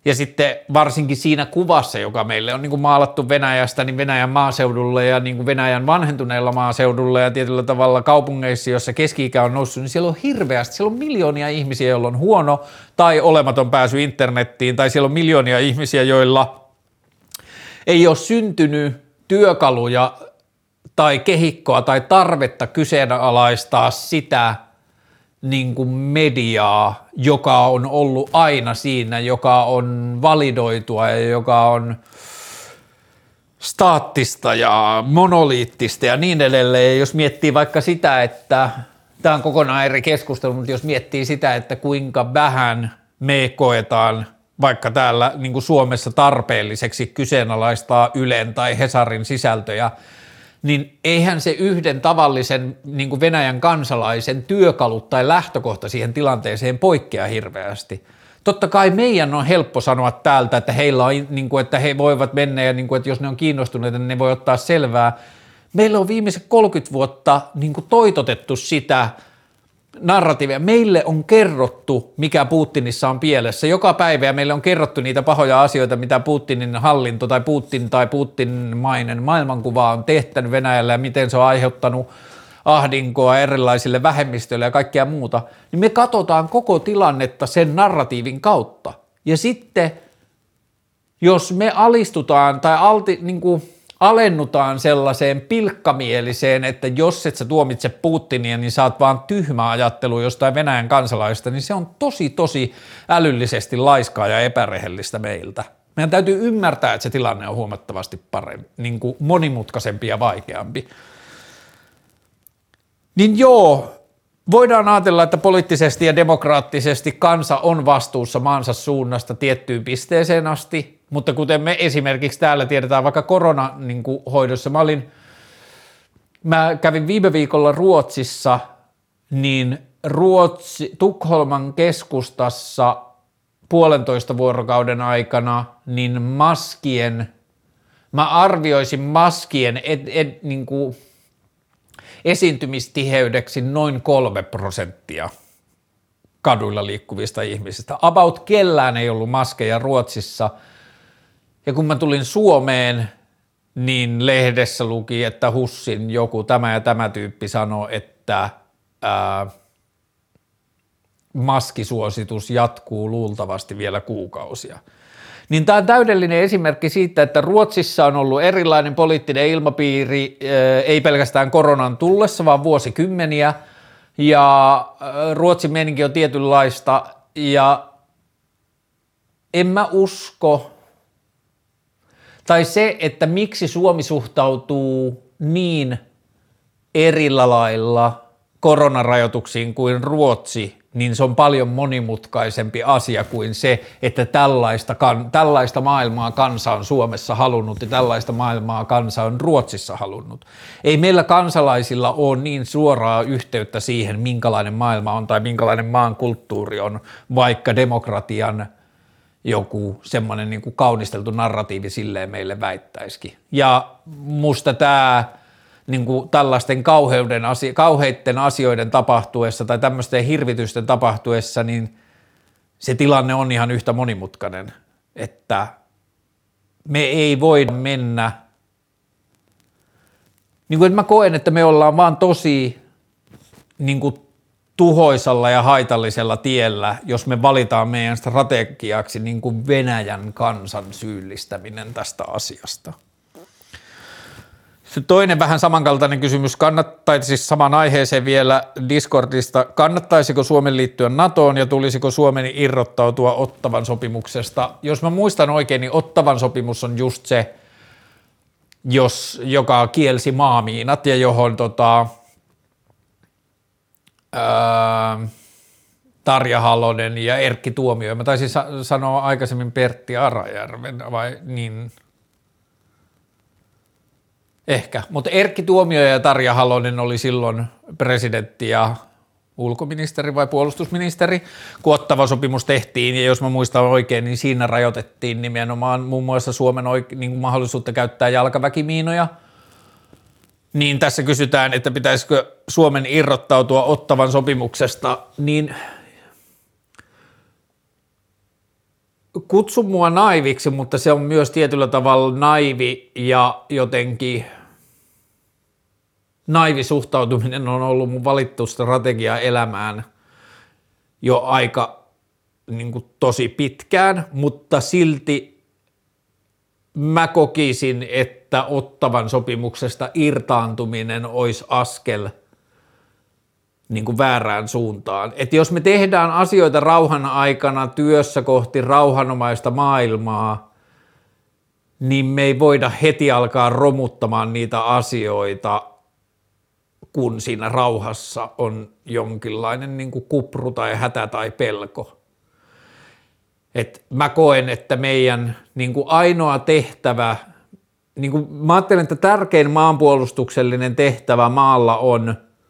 Speaker 1: Ja sitten varsinkin siinä kuvassa, joka meille on niin kuin maalattu Venäjästä, niin Venäjän maaseudulle ja niin kuin Venäjän vanhentuneella maaseudulla ja tietyllä tavalla kaupungeissa, jossa keski-ikä on noussut, niin siellä on hirveästi, siellä on miljoonia ihmisiä, joilla on huono tai olematon pääsy internettiin, tai siellä on miljoonia ihmisiä, joilla ei ole syntynyt työkaluja tai kehikkoa tai tarvetta kyseenalaistaa sitä niin kuin mediaa, joka on ollut aina siinä, joka on validoitua ja joka on staattista ja monoliittista ja niin edelleen. Ja jos miettii vaikka sitä, että tämä on kokonaan eri keskustelu, mutta jos miettii sitä, että kuinka vähän me koetaan vaikka täällä niin kuin Suomessa tarpeelliseksi kyseenalaistaa Ylen tai Hesarin sisältöjä, niin eihän se yhden tavallisen niin kuin Venäjän kansalaisen työkalut tai lähtökohta siihen tilanteeseen poikkea hirveästi. Totta kai meidän on helppo sanoa täältä, että heillä on, niin kuin, että he voivat mennä ja niin kuin, että jos ne on kiinnostuneita, niin ne voi ottaa selvää. Meillä on viimeiset 30 vuotta niin kuin toitotettu sitä narratiivia. Meille on kerrottu, mikä Putinissa on pielessä. Joka päivä meille on kerrottu niitä pahoja asioita, mitä Putinin hallinto tai Putin-mainen maailmankuva on tehtänyt Venäjällä ja miten se on aiheuttanut ahdinkoa erilaisille vähemmistöille ja kaikkea muuta. Niin me katsotaan koko tilannetta sen narratiivin kautta. Ja sitten, jos me alistutaan tai alennutaan sellaiseen pilkkamieliseen, että jos et sä tuomitse Putinia, niin saat vaan tyhmä ajattelu jostain Venäjän kansalaista, niin se on tosi älyllisesti laiskaa ja epärehellistä meiltä. Meidän täytyy ymmärtää, että se tilanne on huomattavasti parempi, niin kuin monimutkaisempi ja vaikeampi. Niin joo, voidaan ajatella, että poliittisesti ja demokraattisesti kansa on vastuussa maansa suunnasta tiettyyn pisteeseen asti, mutta kuten me esimerkiksi täällä tiedetään vaikka koronahoidossa, mä kävin viime viikolla Ruotsissa, niin Tukholman keskustassa 1,5 vuorokauden aikana, niin mä arvioisin maskien niin kuin esiintymistiheydeksi noin 3% kaduilla liikkuvista ihmisistä. About kellään ei ollut maskeja Ruotsissa. Ja kun mä tulin Suomeen, niin lehdessä luki, että HUSin joku tämä ja tämä tyyppi sanoi, että maskisuositus jatkuu luultavasti vielä kuukausia. Niin tämä on täydellinen esimerkki siitä, että Ruotsissa on ollut erilainen poliittinen ilmapiiri, ei pelkästään koronan tullessa, vaan vuosikymmeniä, ja Ruotsin meininki on tietynlaista, ja en mä usko, tai se, että miksi Suomi suhtautuu niin eri lailla koronarajoituksiin kuin Ruotsi, niin se on paljon monimutkaisempi asia kuin se, että tällaista maailmaa kansa on Suomessa halunnut ja tällaista maailmaa kansa on Ruotsissa halunnut. Ei meillä kansalaisilla ole niin suoraa yhteyttä siihen, minkälainen maailma on tai minkälainen maan kulttuuri on, vaikka demokratian joku semmoinen niin kuin kaunisteltu narratiivi silleen meille väittäisikin. Ja musta tämä niin kuin tällaisten kauheiden asioiden tapahtuessa tai tämmöisten hirvitysten tapahtuessa, niin se tilanne on ihan yhtä monimutkainen, että me ei voida mennä, niin kuin että mä koen, että me ollaan vaan tosi niin kuin tuhoisalla ja haitallisella tiellä, jos me valitaan meidän strategiaksi niin kuin Venäjän kansan syyllistäminen tästä asiasta. Toinen vähän samankaltainen kysymys, tai siis saman aiheeseen vielä Discordista, kannattaisiko Suomen liittyä NATOon ja tulisiko Suomen irrottautua Ottawan sopimuksesta? Jos mä muistan oikein, niin Ottawan sopimus on just se, joka kielsi maamiinat ja johon Tarja Halonen ja Erkki Tuomioja, mä taisin sanoa aikaisemmin Pertti Arajärven, vai niin? Ehkä, mutta Erkki Tuomioja ja Tarja Halonen oli silloin presidentti ja ulkoministeri vai puolustusministeri, kun Ottawan sopimus tehtiin, ja jos mä muistan oikein, niin siinä rajoitettiin nimenomaan muun muassa Suomen niin mahdollisuutta käyttää jalkaväkimiinoja. Niin tässä kysytään, että pitäisikö Suomen irrottautua Ottawan sopimuksesta, niin kutsu mua naiviksi, mutta se on myös tietyllä tavalla naivi ja jotenkin naivi suhtautuminen on ollut mun valittu strategia elämään jo aika niin kuin tosi pitkään, mutta silti mä kokisin, että Ottawan sopimuksesta irtaantuminen olisi askel niin kuin väärään suuntaan. Että jos me tehdään asioita rauhan aikana työssä kohti rauhanomaista maailmaa, niin me ei voida heti alkaa romuttamaan niitä asioita, kun siinä rauhassa on jonkinlainen niin kuin kupru tai hätä tai pelko. Et mä koen, että meidän niin kuin ainoa tehtävä, niin kuin mä ajattelen, että tärkein maanpuolustuksellinen tehtävä maalla on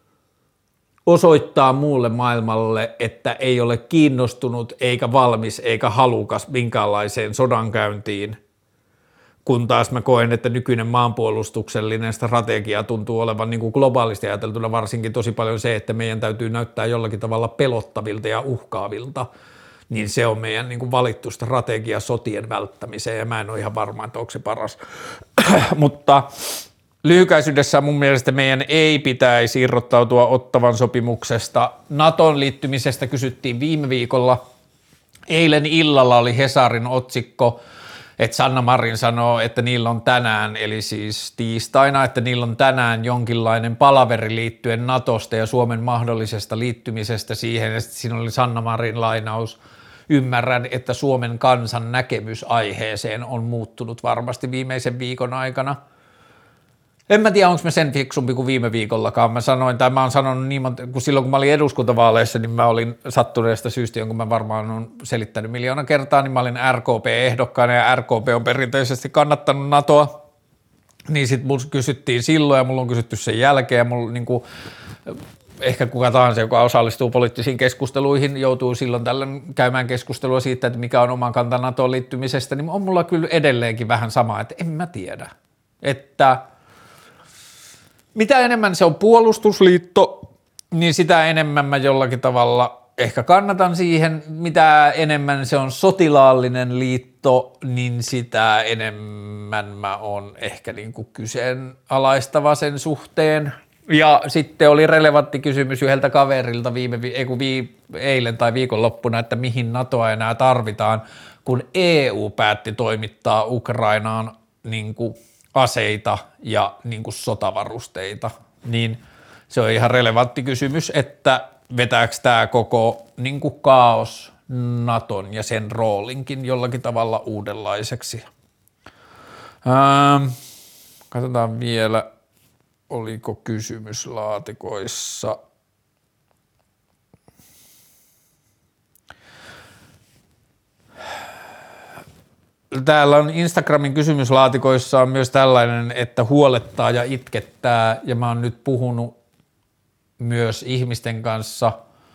Speaker 1: osoittaa muulle maailmalle, että ei ole kiinnostunut eikä valmis eikä halukas minkäänlaiseen sodankäyntiin, kun taas mä koen, että nykyinen maanpuolustuksellinen strategia tuntuu olevan niin kuin globaalisti ajateltuna varsinkin tosi paljon se, että meidän täytyy näyttää jollakin tavalla pelottavilta ja uhkaavilta, niin se on meidän niin kuin valittu strategia sotien välttämiseen, ja mä en ole ihan varma, että onko se paras. Mutta lyhykäisyydessä mun mielestä meidän ei pitäisi irrottautua Ottawan sopimuksesta. Naton liittymisestä kysyttiin viime viikolla. Eilen illalla oli Hesarin otsikko, että Sanna Marin sanoo, että niillä on tänään, eli siis tiistaina, että niillä on tänään jonkinlainen palaveri liittyen Natosta ja Suomen mahdollisesta liittymisestä siihen, ja siinä oli Sanna Marin lainaus. Ymmärrän, että Suomen kansan näkemys aiheeseen on muuttunut varmasti viimeisen viikon aikana. En mä tiedä, onko mä sen fiksumpi kuin viime viikollakaan. Mä oon sanonut niin monta, kun silloin kun mä olin eduskuntavaaleissa, niin mä olin sattuneesta syystä, jonka mä varmaan olen selittänyt miljoona kertaa, niin mä olin RKP-ehdokkaana ja RKP on perinteisesti kannattanut NATOa. Niin sit mulla kysyttiin silloin ja mulla on kysytty sen jälkeen ja mulla niinku, ehkä kuka tahansa, joka osallistuu poliittisiin keskusteluihin, joutuu silloin tällöin käymään keskustelua siitä, että mikä on oman kanta NATOon liittymisestä, niin on mulla kyllä edelleenkin vähän sama, että en mä tiedä, että mitä enemmän se on puolustusliitto, niin sitä enemmän mä jollakin tavalla ehkä kannatan siihen. Mitä enemmän se on sotilaallinen liitto, niin sitä enemmän mä oon ehkä niin kuin kyseenalaistava sen suhteen. Ja sitten oli relevantti kysymys yhdeltä kaverilta eilen tai viikonloppuna, että mihin NATOa enää tarvitaan, kun EU päätti toimittaa Ukrainaan niin kuin aseita ja niin kuin sotavarusteita, niin se on ihan relevantti kysymys, että vetääkö tämä koko niin kuin kaos Naton ja sen roolinkin jollakin tavalla uudenlaiseksi. Katsotaan vielä, oliko kysymyslaatikoissa. Täällä on Instagramin kysymyslaatikoissa on myös tällainen, että huolettaa ja itkettää, ja mä oon nyt puhunut myös ihmisten kanssa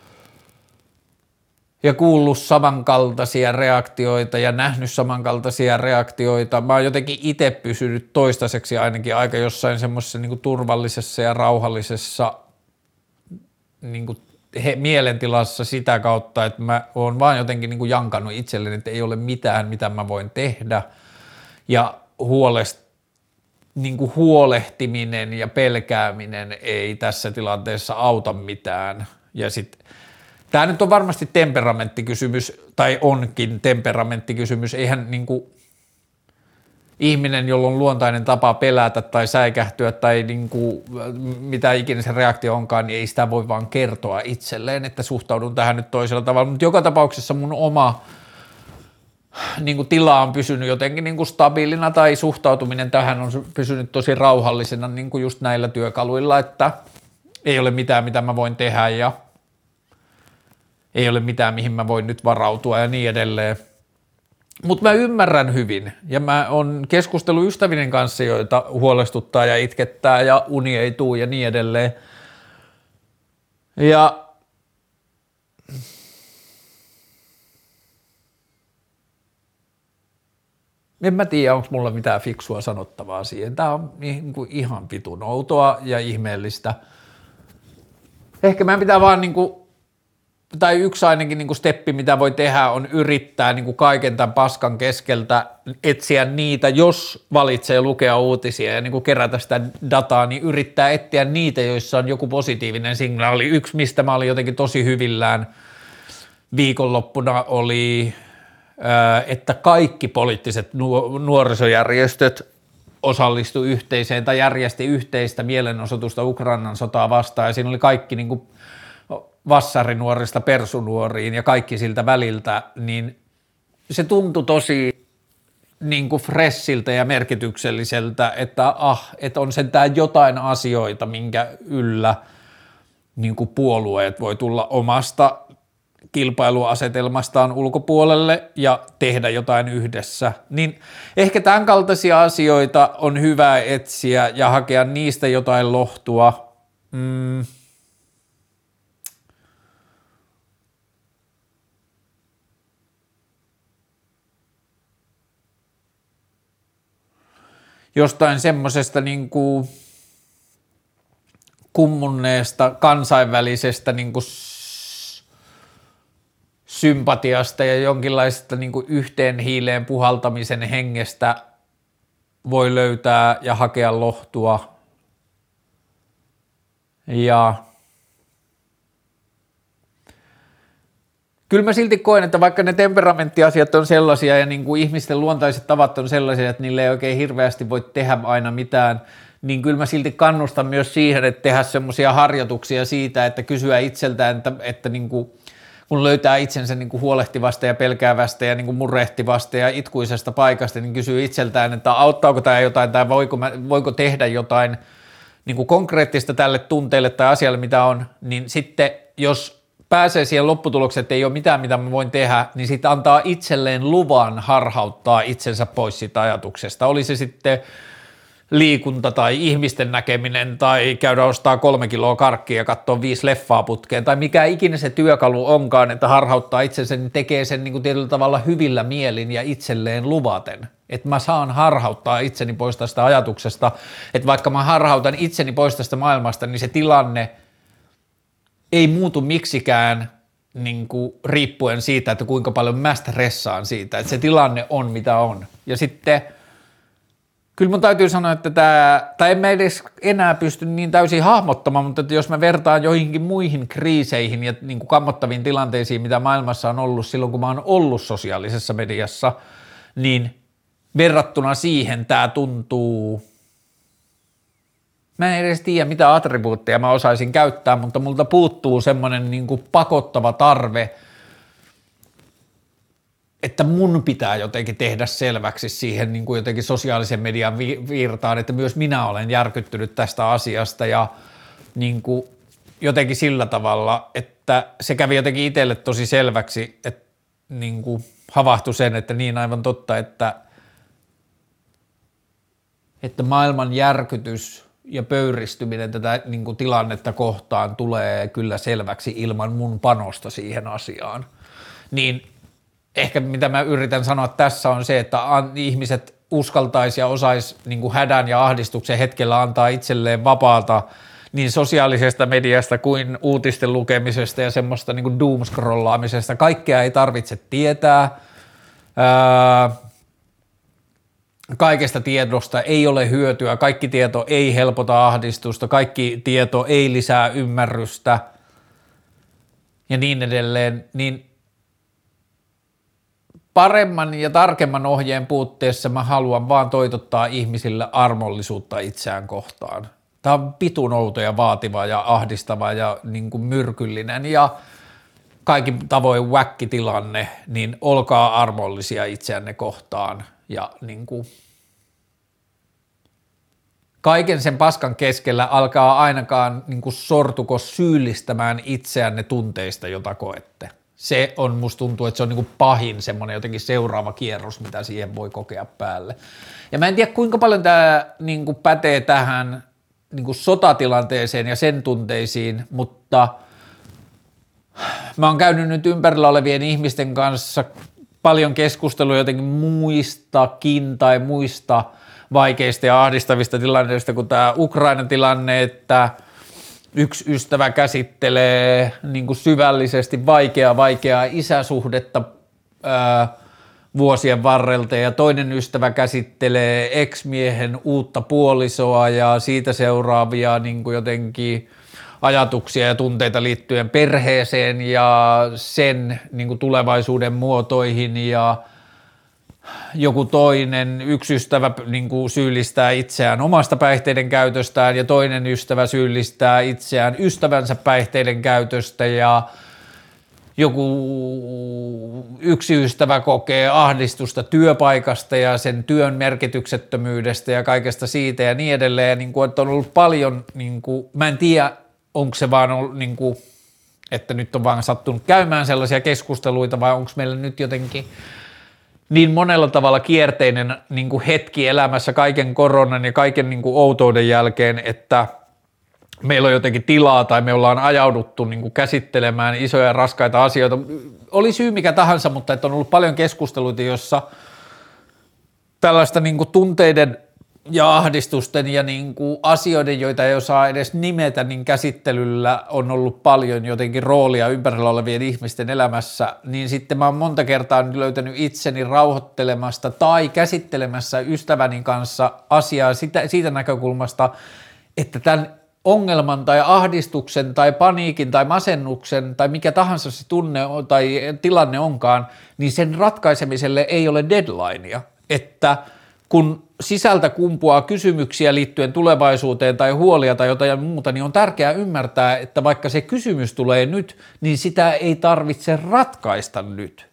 Speaker 1: ja kuullut samankaltaisia reaktioita ja nähnyt samankaltaisia reaktioita. Mä oon jotenkin itse pysynyt toistaiseksi ainakin aika jossain semmoisessa niin kuin turvallisessa ja rauhallisessa niin kuin mielentilassa sitä kautta, että mä oon vaan jotenkin niin kuin jankannut itselleni, että ei ole mitään, mitä mä voin tehdä, ja niin kuin huolehtiminen ja pelkääminen ei tässä tilanteessa auta mitään. Ja sitten tämä nyt on varmasti temperamenttikysymys, tai onkin temperamenttikysymys, eihän niin kuin ihminen, jolla on luontainen tapa pelätä tai säikähtyä tai niin kuin, mitä ikinä se reaktio onkaan, niin ei sitä voi vaan kertoa itselleen, että suhtaudun tähän nyt toisella tavalla. Mutta joka tapauksessa mun oma niin kuin tila on pysynyt jotenkin niin kuin stabiilina tai suhtautuminen tähän on pysynyt tosi rauhallisena niin kuin just näillä työkaluilla, että ei ole mitään, mitä mä voin tehdä ja ei ole mitään, mihin mä voin nyt varautua ja niin edelleen. Mutta mä ymmärrän hyvin, ja mä oon keskustellut ystävinen kanssa, joita huolestuttaa ja itkettää, ja uni ei tuu ja niin edelleen. Ja en mä tiedä, onko mulla mitään fiksua sanottavaa siihen. Tää on ihan vitun outoa ja ihmeellistä. Ehkä meidän pitää vaan tai yksi ainakin niin kuin steppi, mitä voi tehdä, on yrittää niin kuin kaiken tämän paskan keskeltä etsiä niitä, jos valitsee lukea uutisia ja niin kuin kerätä sitä dataa, niin yrittää etsiä niitä, joissa on joku positiivinen signaali. Yksi, mistä mä olin jotenkin tosi hyvillään viikonloppuna, oli, että kaikki poliittiset nuorisojärjestöt osallistui yhteiseen tai järjesti yhteistä mielenosoitusta Ukrainan sotaa vastaan, ja siinä oli kaikki niin kuin vassarinuorista persunuoriin ja kaikki siltä väliltä, niin se tuntui tosi niin kuin freshiltä ja merkitykselliseltä, että on sentään jotain asioita, minkä yllä niin kuin puolueet voi tulla omasta kilpailuasetelmastaan ulkopuolelle ja tehdä jotain yhdessä, niin ehkä tämän kaltaisia asioita on hyvä etsiä ja hakea niistä jotain lohtua. Jostain semmoisesta niin kuin kummunneesta kansainvälisestä niin kuin sympatiasta ja jonkinlaisesta niin kuin yhteen hiileen puhaltamisen hengestä voi löytää ja hakea lohtua. Ja kyllä mä silti koen, että vaikka ne temperamenttiasiat on sellaisia ja niin kuin ihmisten luontaiset tavat on sellaisia, että niille ei oikein hirveästi voi tehdä aina mitään, niin kyllä mä silti kannustan myös siihen, että tehdä semmoisia harjoituksia siitä, että kysyä itseltään, että niin kuin, kun löytää itsensä niin kuin huolehtivasta ja pelkäävästä ja niin kuin murehtivasta ja itkuisesta paikasta, niin kysyy itseltään, että auttaako tämä jotain tai voiko tehdä jotain niin kuin konkreettista tälle tunteelle tai asialle, mitä on, niin sitten jos pääsee siihen lopputulokseen, että ei ole mitään, mitä mä voin tehdä, niin sitten antaa itselleen luvan harhauttaa itsensä pois siitä ajatuksesta. Oli se sitten liikunta tai ihmisten näkeminen tai käydä ostaa 3 kiloa karkkia ja katsoa 5 leffaa putkeen tai mikä ikinä se työkalu onkaan, että harhauttaa itsensä, niin tekee sen niin kuin tietyllä tavalla hyvillä mielin ja itselleen luvaten. Että mä saan harhauttaa itseni pois tästä ajatuksesta, että vaikka mä harhautan itseni pois tästä maailmasta, niin se tilanne ei muutu miksikään niin kuin riippuen siitä, että kuinka paljon mä stressaan siitä, että se tilanne on mitä on. Ja sitten kyllä mun täytyy sanoa, että tai en mä edes enää pysty niin täysin hahmottamaan, mutta että jos mä vertaan joihinkin muihin kriiseihin ja niin kuin kammottaviin tilanteisiin, mitä maailmassa on ollut silloin, kun mä oon ollut sosiaalisessa mediassa, niin verrattuna siihen tää tuntuu, mä en edes tiedä mitä attribuutteja mä osaisin käyttää, mutta multa puuttuu semmoinen niin kuin pakottava tarve, että mun pitää jotenkin tehdä selväksi siihen niin kuin jotenkin sosiaalisen median virtaan, että myös minä olen järkyttynyt tästä asiasta ja niin kuin jotenkin sillä tavalla, että se kävi jotenkin itselle tosi selväksi, että niin kuin havahtui sen, että niin aivan totta, että maailman järkytys ja pöyristyminen tätä niin kuin tilannetta kohtaan tulee kyllä selväksi ilman mun panosta siihen asiaan. Niin ehkä mitä mä yritän sanoa tässä on se, että ihmiset uskaltaisi ja osaisi niin kuin hädän ja ahdistuksen hetkellä antaa itselleen vapaata niin sosiaalisesta mediasta kuin uutisten lukemisesta ja semmoista niin kuin doomscrollaamisesta. Kaikkea ei tarvitse tietää. Kaikesta tiedosta ei ole hyötyä, kaikki tieto ei helpota ahdistusta, kaikki tieto ei lisää ymmärrystä ja niin edelleen, niin paremman ja tarkemman ohjeen puutteessa mä haluan vaan toitottaa ihmisille armollisuutta itseään kohtaan. Tämä on pitun outo ja vaativa ja ahdistava ja niin kuin myrkyllinen ja kaikin tavoin whack-tilanne, niin olkaa armollisia itseänne kohtaan ja niin kuin kaiken sen paskan keskellä alkaa ainakaan niin kuin sortuko syyllistämään itseänne tunteista, jota koette. Se on, musta tuntuu, että se on niin kuin pahin semmoinen jotenkin seuraava kierros, mitä siihen voi kokea päälle. Ja mä en tiedä, kuinka paljon tämä niin kuin pätee tähän niin kuin sotatilanteeseen ja sen tunteisiin, mutta mä oon käynyt nyt ympärillä olevien ihmisten kanssa paljon keskustelua jotenkin muistakin tai muista vaikeista ja ahdistavista tilanteista kuin tämä Ukrainan tilanne, että Yksi ystävä käsittelee niin kuin syvällisesti vaikeaa isäsuhdetta vuosien varrelta ja toinen ystävä käsittelee ex-miehen uutta puolisoa ja siitä seuraavia niin kuin jotenkin ajatuksia ja tunteita liittyen perheeseen ja sen niin kuin tulevaisuuden muotoihin ja joku toinen, yksi ystävä niin kuin syyllistää itseään omasta päihteiden käytöstään ja toinen ystävä syyllistää itseään ystävänsä päihteiden käytöstä ja yksi ystävä kokee ahdistusta työpaikasta ja sen työn merkityksettömyydestä ja kaikesta siitä ja niin edelleen, niin kuin, että on ollut paljon, niin kuin, mä en tiedä, onko se vaan ollut, niin kuin, että nyt on vaan sattunut käymään sellaisia keskusteluita vai onko meillä nyt jotenkin niin monella tavalla kierteinen niin kuin hetki elämässä kaiken koronan ja kaiken niin kuin outouden jälkeen, että meillä on jotenkin tilaa tai me ollaan ajauduttu niin kuin käsittelemään isoja ja raskaita asioita. Oli syy mikä tahansa, mutta että on ollut paljon keskusteluita, jossa tällaista niin kuin tunteiden ja ahdistusten ja niin kuin asioiden, joita ei osaa edes nimetä, niin käsittelyllä on ollut paljon jotenkin roolia ympärillä olevien ihmisten elämässä, niin sitten mä oon monta kertaa nyt löytänyt itseni rauhoittelemasta tai käsittelemässä ystäväni kanssa asiaa siitä näkökulmasta, että tämän ongelman tai ahdistuksen tai paniikin tai masennuksen tai mikä tahansa se tunne tai tilanne onkaan, niin sen ratkaisemiselle ei ole deadlinea, että kun sisältä kumpuaa kysymyksiä liittyen tulevaisuuteen tai huolia tai jotain muuta, niin on tärkeää ymmärtää, että vaikka se kysymys tulee nyt, niin sitä ei tarvitse ratkaista nyt.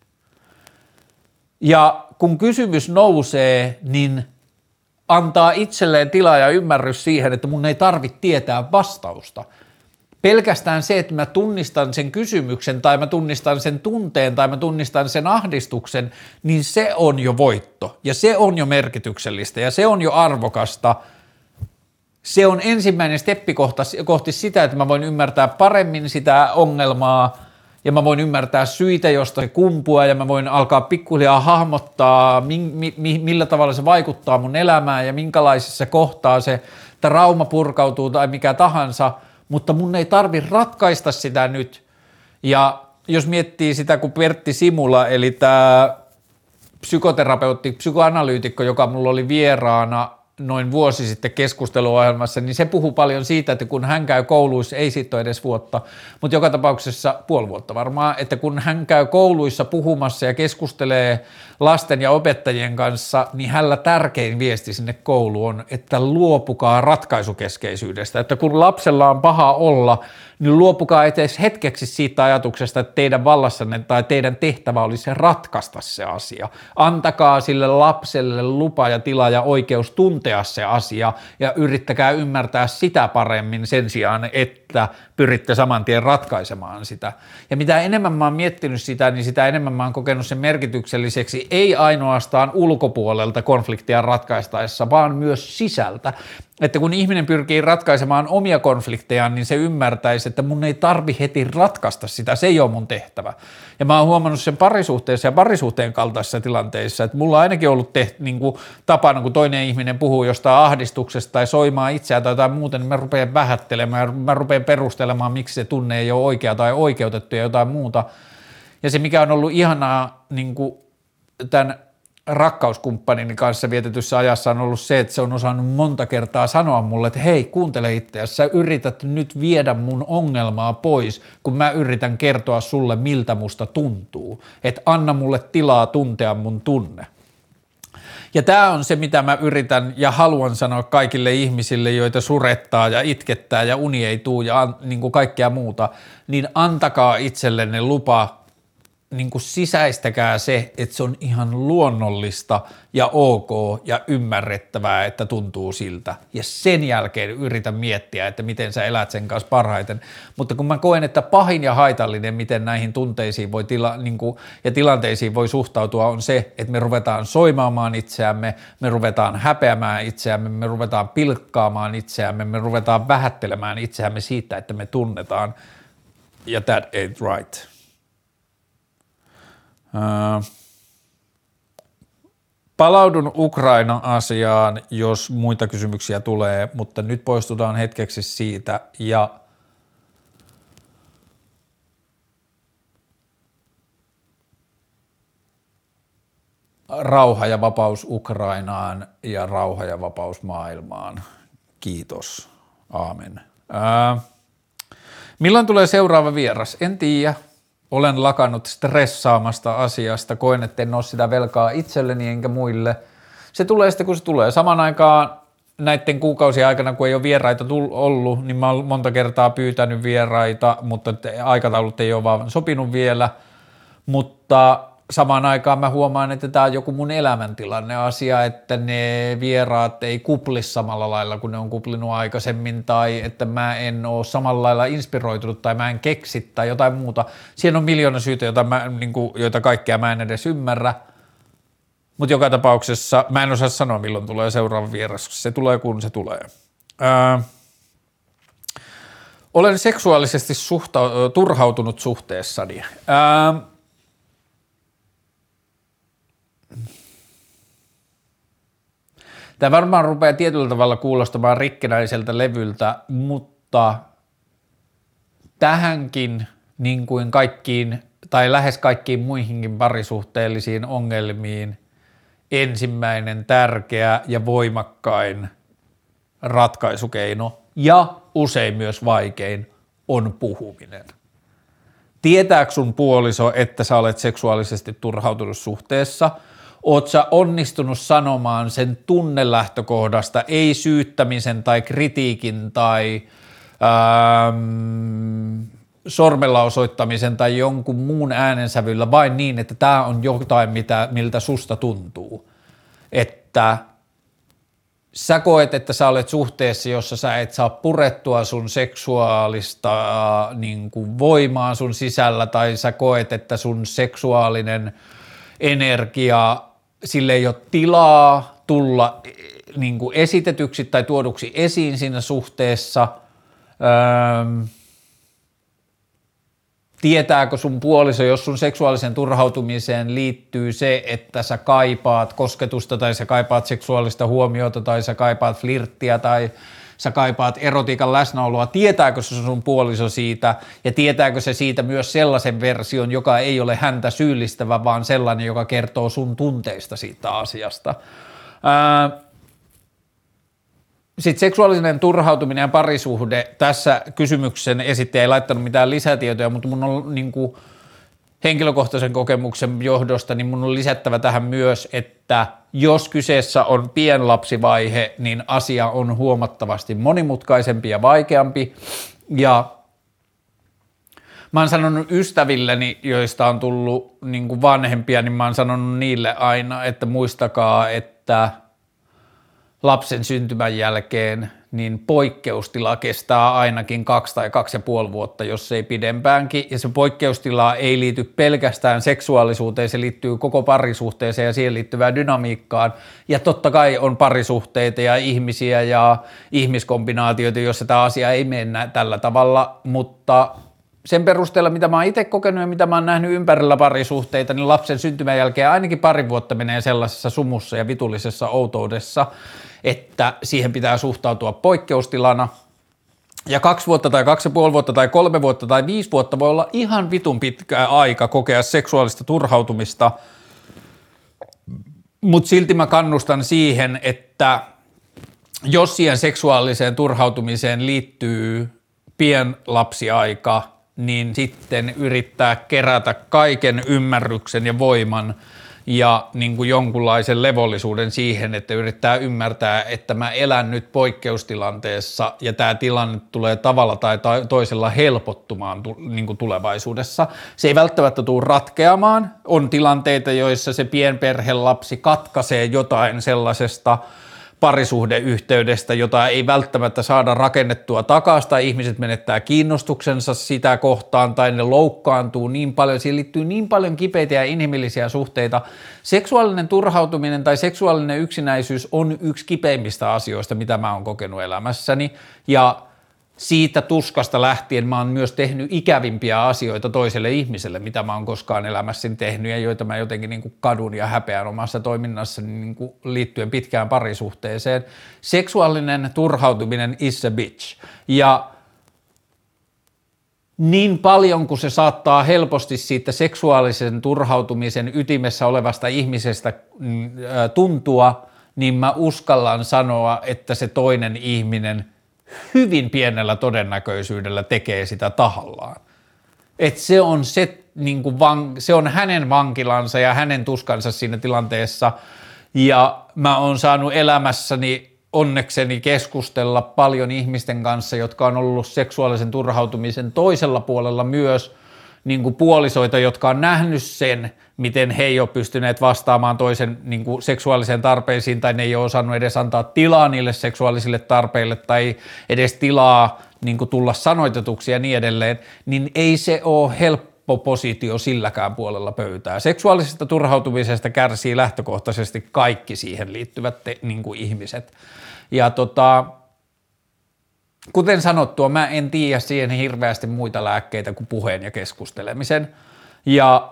Speaker 1: Ja kun kysymys nousee, niin antaa itselleen tilaa ja ymmärrys siihen, että mun ei tarvitse tietää vastausta. Pelkästään se, että mä tunnistan sen kysymyksen tai mä tunnistan sen tunteen tai mä tunnistan sen ahdistuksen, niin se on jo voitto ja se on jo merkityksellistä ja se on jo arvokasta. Se on ensimmäinen steppi kohti sitä, että mä voin ymmärtää paremmin sitä ongelmaa ja mä voin ymmärtää syitä, josta se kumpuaa ja mä voin alkaa pikkuhiljaa hahmottaa, millä tavalla se vaikuttaa mun elämään ja minkälaisessa kohtaa se trauma purkautuu tai mikä tahansa, mutta mun ei tarvi ratkaista sitä nyt. Ja jos miettii sitä, kun Pertti Simula, eli tämä psykoterapeutti, psykoanalyytikko, joka mulla oli vieraana noin vuosi sitten keskusteluohjelmassa, niin se puhuu paljon siitä, että kun hän käy kouluissa, ei siitä ole edes vuotta, mutta joka tapauksessa puoli vuotta varmaan, että kun hän käy kouluissa puhumassa ja keskustelee lasten ja opettajien kanssa, niin hänellä tärkein viesti sinne kouluun on, että luopukaa ratkaisukeskeisyydestä, että kun lapsella on paha olla, niin luopukaa edes hetkeksi siitä ajatuksesta, että teidän vallassanne tai teidän tehtävä olisi ratkaista se asia. Antakaa sille lapselle lupa ja tila ja oikeus tuntea se asia ja yrittäkää ymmärtää sitä paremmin sen sijaan, että pyritte saman tien ratkaisemaan sitä. Ja mitä enemmän mä oon miettinyt sitä, niin sitä enemmän mä oon kokenut sen merkitykselliseksi, ei ainoastaan ulkopuolelta konfliktia ratkaistaessa, vaan myös sisältä. Että kun ihminen pyrkii ratkaisemaan omia konfliktejaan, niin se ymmärtäisi, että mun ei tarvi heti ratkaista sitä, se ei ole mun tehtävä. Ja mä oon huomannut sen parisuhteessa ja parisuhteen kaltaisissa tilanteissa, että mulla on ainakin ollut niin kuin tapana, kun toinen ihminen puhuu jostain ahdistuksesta tai soimaa itseään tai jotain muuta, niin mä rupean vähättelemään, mä rupean perustelemaan, miksi se tunne ei ole oikea tai oikeutettu ja jotain muuta. Ja se, mikä on ollut ihanaa niin kuin tämän rakkauskumppanin kanssa vietetyssä ajassa on ollut se, että se on osannut monta kertaa sanoa mulle, että hei, kuuntele itseäsi, sä yrität nyt viedä mun ongelmaa pois, kun mä yritän kertoa sulle, miltä musta tuntuu. Että anna mulle tilaa tuntea mun tunne. Ja tämä on se, mitä mä yritän ja haluan sanoa kaikille ihmisille, joita surettaa ja itkettää ja uni ei tuu ja niin kuin kaikkea muuta, niin antakaa itsellenne lupa, niin kuin sisäistäkää se, että se on ihan luonnollista ja ok ja ymmärrettävää, että tuntuu siltä. Ja sen jälkeen yritä miettiä, että miten sä elät sen kanssa parhaiten. Mutta kun mä koen, että pahin ja haitallinen, miten näihin tunteisiin voi ja tilanteisiin voi suhtautua, on se, että me ruvetaan soimaamaan itseämme, me ruvetaan häpeämään itseämme, me ruvetaan pilkkaamaan itseämme, me ruvetaan vähättelemään itseämme siitä, että me tunnetaan. Ja that ain't right. Palaudun Ukraina-asiaan, jos muita kysymyksiä tulee, mutta nyt poistutaan hetkeksi siitä ja rauha ja vapaus Ukrainaan ja rauha ja vapaus maailmaan. Kiitos. Aamen. Milloin tulee seuraava vieras? En tiedä. Olen lakannut stressaamasta asiasta. Koen, että en ole sitä velkaa itselleni enkä muille. Se tulee sitten, kun se tulee. Samaan aikaan näiden kuukausien aikana, kun ei ole vieraita ollut, niin mä olen monta kertaa pyytänyt vieraita, mutta aikataulut ei ole vaan sopinut vielä. Mutta samaan aikaan mä huomaan, että tämä on joku mun elämäntilanne asia, että ne vieraat ei kupli samalla lailla kuin ne on kuplinut aikaisemmin, tai että mä en ole samalla lailla inspiroitunut, tai mä en keksi, tai jotain muuta. Siinä on miljoona syytä, joita kaikkea mä en edes ymmärrä, mutta joka tapauksessa mä en osaa sanoa, milloin tulee seuraava vieras, se tulee kun se tulee. Olen seksuaalisesti turhautunut suhteessani. Tämä varmaan rupeaa tietyllä tavalla kuulostamaan rikkinäiseltä levyltä, mutta tähänkin niin kuin kaikkiin tai lähes kaikkiin muihinkin parisuhteellisiin ongelmiin ensimmäinen tärkeä ja voimakkain ratkaisukeino ja usein myös vaikein on puhuminen. Tietääkö sun puoliso, että sä olet seksuaalisesti turhautunut suhteessa? Oot sä onnistunut sanomaan sen tunnelähtökohdasta, ei syyttämisen tai kritiikin tai sormella osoittamisen tai jonkun muun äänensävyllä, vain niin, että tämä on jotain, miltä susta tuntuu. Että sä koet, että sä olet suhteessa, jossa sä et saa purettua sun seksuaalista niin kuin voimaa sun sisällä, tai sä koet, että sun seksuaalinen energia, sille ei ole tilaa tulla niin kuin esitetyksi tai tuoduksi esiin siinä suhteessa. Tietääkö sun puoliso, jos sun seksuaalisen turhautumiseen liittyy se, että sä kaipaat kosketusta tai sä kaipaat seksuaalista huomiota tai sä kaipaat flirttiä tai sä kaipaat erotiikan läsnäoloa, tietääkö se sun puoliso siitä ja tietääkö se siitä myös sellaisen version, joka ei ole häntä syyllistävä, vaan sellainen, joka kertoo sun tunteista siitä asiasta. Sitten seksuaalinen turhautuminen ja parisuhde, tässä kysymyksen esittäjä ei laittanut mitään lisätietoja, mutta mun on niin kuin henkilökohtaisen kokemuksen johdosta, niin mun on lisättävä tähän myös, että jos kyseessä on pienlapsivaihe, niin asia on huomattavasti monimutkaisempi ja vaikeampi. Ja mä oon sanonut ystävilleni, joista on tullut niin kuin vanhempia, niin mä oon sanonut niille aina, että muistakaa, että lapsen syntymän jälkeen niin poikkeustila kestää ainakin 2 tai 2,5 vuotta, jos ei pidempäänkin, ja se poikkeustila ei liity pelkästään seksuaalisuuteen, se liittyy koko parisuhteeseen ja siihen liittyvään dynamiikkaan, ja totta kai on parisuhteita ja ihmisiä ja ihmiskombinaatioita, joissa tämä asia ei mene tällä tavalla, mutta sen perusteella, mitä mä oon itse kokenut ja mitä mä oon nähnyt ympärillä parisuhteita, niin lapsen syntymän jälkeen ainakin 2 vuotta menee sellaisessa sumussa ja vitullisessa outoudessa, että siihen pitää suhtautua poikkeustilana. Ja 2 vuotta tai 2,5 vuotta tai 3 vuotta tai 5 vuotta voi olla ihan vitun pitkä aika kokea seksuaalista turhautumista, mutta silti mä kannustan siihen, että jos siihen seksuaaliseen turhautumiseen liittyy pienlapsiaika, niin sitten yrittää kerätä kaiken ymmärryksen ja voiman ja niin kuin jonkunlaisen levollisuuden siihen, että yrittää ymmärtää, että mä elän nyt poikkeustilanteessa ja tämä tilanne tulee tavalla tai toisella helpottumaan niin kuin tulevaisuudessa. Se ei välttämättä tule ratkeamaan. On tilanteita, joissa se pienperhelapsi katkaisee jotain sellaisesta parisuhdeyhteydestä, jota ei välttämättä saada rakennettua takaisin, tai ihmiset menettää kiinnostuksensa sitä kohtaan, tai ne loukkaantuu niin paljon, siihen liittyy niin paljon kipeitä ja inhimillisiä suhteita. Seksuaalinen turhautuminen tai seksuaalinen yksinäisyys on yksi kipeimmistä asioista, mitä mä oon kokenut elämässäni, ja siitä tuskasta lähtien mä oon myös tehnyt ikävimpiä asioita toiselle ihmiselle, mitä mä oon koskaan elämässäni tehnyt ja joita mä jotenkin niin kuin kadun ja häpeän omassa toiminnassani niin kuin liittyen pitkään parisuhteeseen. Seksuaalinen turhautuminen is a bitch. Ja niin paljon kuin se saattaa helposti siitä seksuaalisen turhautumisen ytimessä olevasta ihmisestä tuntua, niin mä uskallan sanoa, että se toinen ihminen hyvin pienellä todennäköisyydellä tekee sitä tahallaan. Että se on se on hänen vankilansa ja hänen tuskansa siinä tilanteessa. Ja mä oon saanut elämässäni onnekseni keskustella paljon ihmisten kanssa, jotka on ollut seksuaalisen turhautumisen toisella puolella myös puolisoita, jotka on nähnyt sen, miten he ei ole pystyneet vastaamaan toisen seksuaaliseen tarpeisiin tai ne ei ole osannut edes antaa tilaa niille seksuaalisille tarpeille tai edes tilaa tulla sanoitetuksi ja niin edelleen, niin ei se ole helppo positio silläkään puolella pöytää. Seksuaalisesta turhautumisesta kärsii lähtökohtaisesti kaikki siihen liittyvät ihmiset. Ja kuten sanottua, mä en tiedä siihen hirveästi muita lääkkeitä kuin puheen ja keskustelemisen. Ja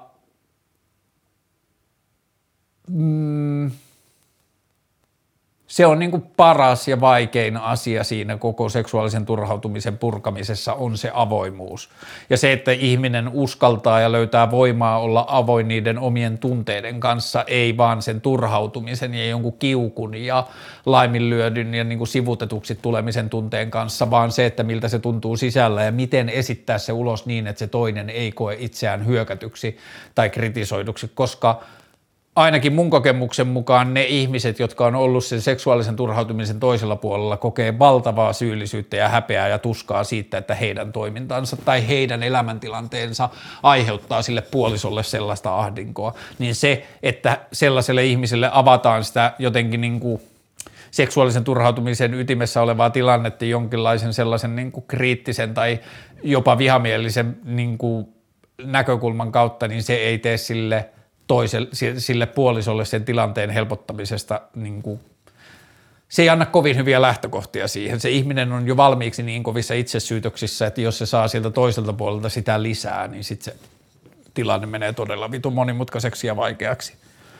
Speaker 1: se on paras ja vaikein asia siinä koko seksuaalisen turhautumisen purkamisessa on se avoimuus. Ja se, että ihminen uskaltaa ja löytää voimaa olla avoin niiden omien tunteiden kanssa, ei vaan sen turhautumisen ja jonkun kiukun ja laiminlyödyn ja sivutetuksi tulemisen tunteen kanssa, vaan se, että miltä se tuntuu sisällä ja miten esittää se ulos niin, että se toinen ei koe itseään hyökätyksi tai kritisoiduksi, koska ainakin mun kokemuksen mukaan ne ihmiset, jotka on ollut sen seksuaalisen turhautumisen toisella puolella, kokee valtavaa syyllisyyttä ja häpeää ja tuskaa siitä, että heidän toimintansa tai heidän elämäntilanteensa aiheuttaa sille puolisolle sellaista ahdinkoa. Niin se, että sellaiselle ihmiselle avataan sitä jotenkin seksuaalisen turhautumisen ytimessä olevaa tilannetta jonkinlaisen sellaisen kriittisen tai jopa vihamielisen näkökulman kautta, niin se ei tee sille puolisolle sen tilanteen helpottamisesta, se ei anna kovin hyviä lähtökohtia siihen. Se ihminen on jo valmiiksi niin kovissa itsesyytöksissä, että jos se saa sieltä toiselta puolelta sitä lisää, niin sitten se tilanne menee todella vitun monimutkaiseksi ja vaikeaksi.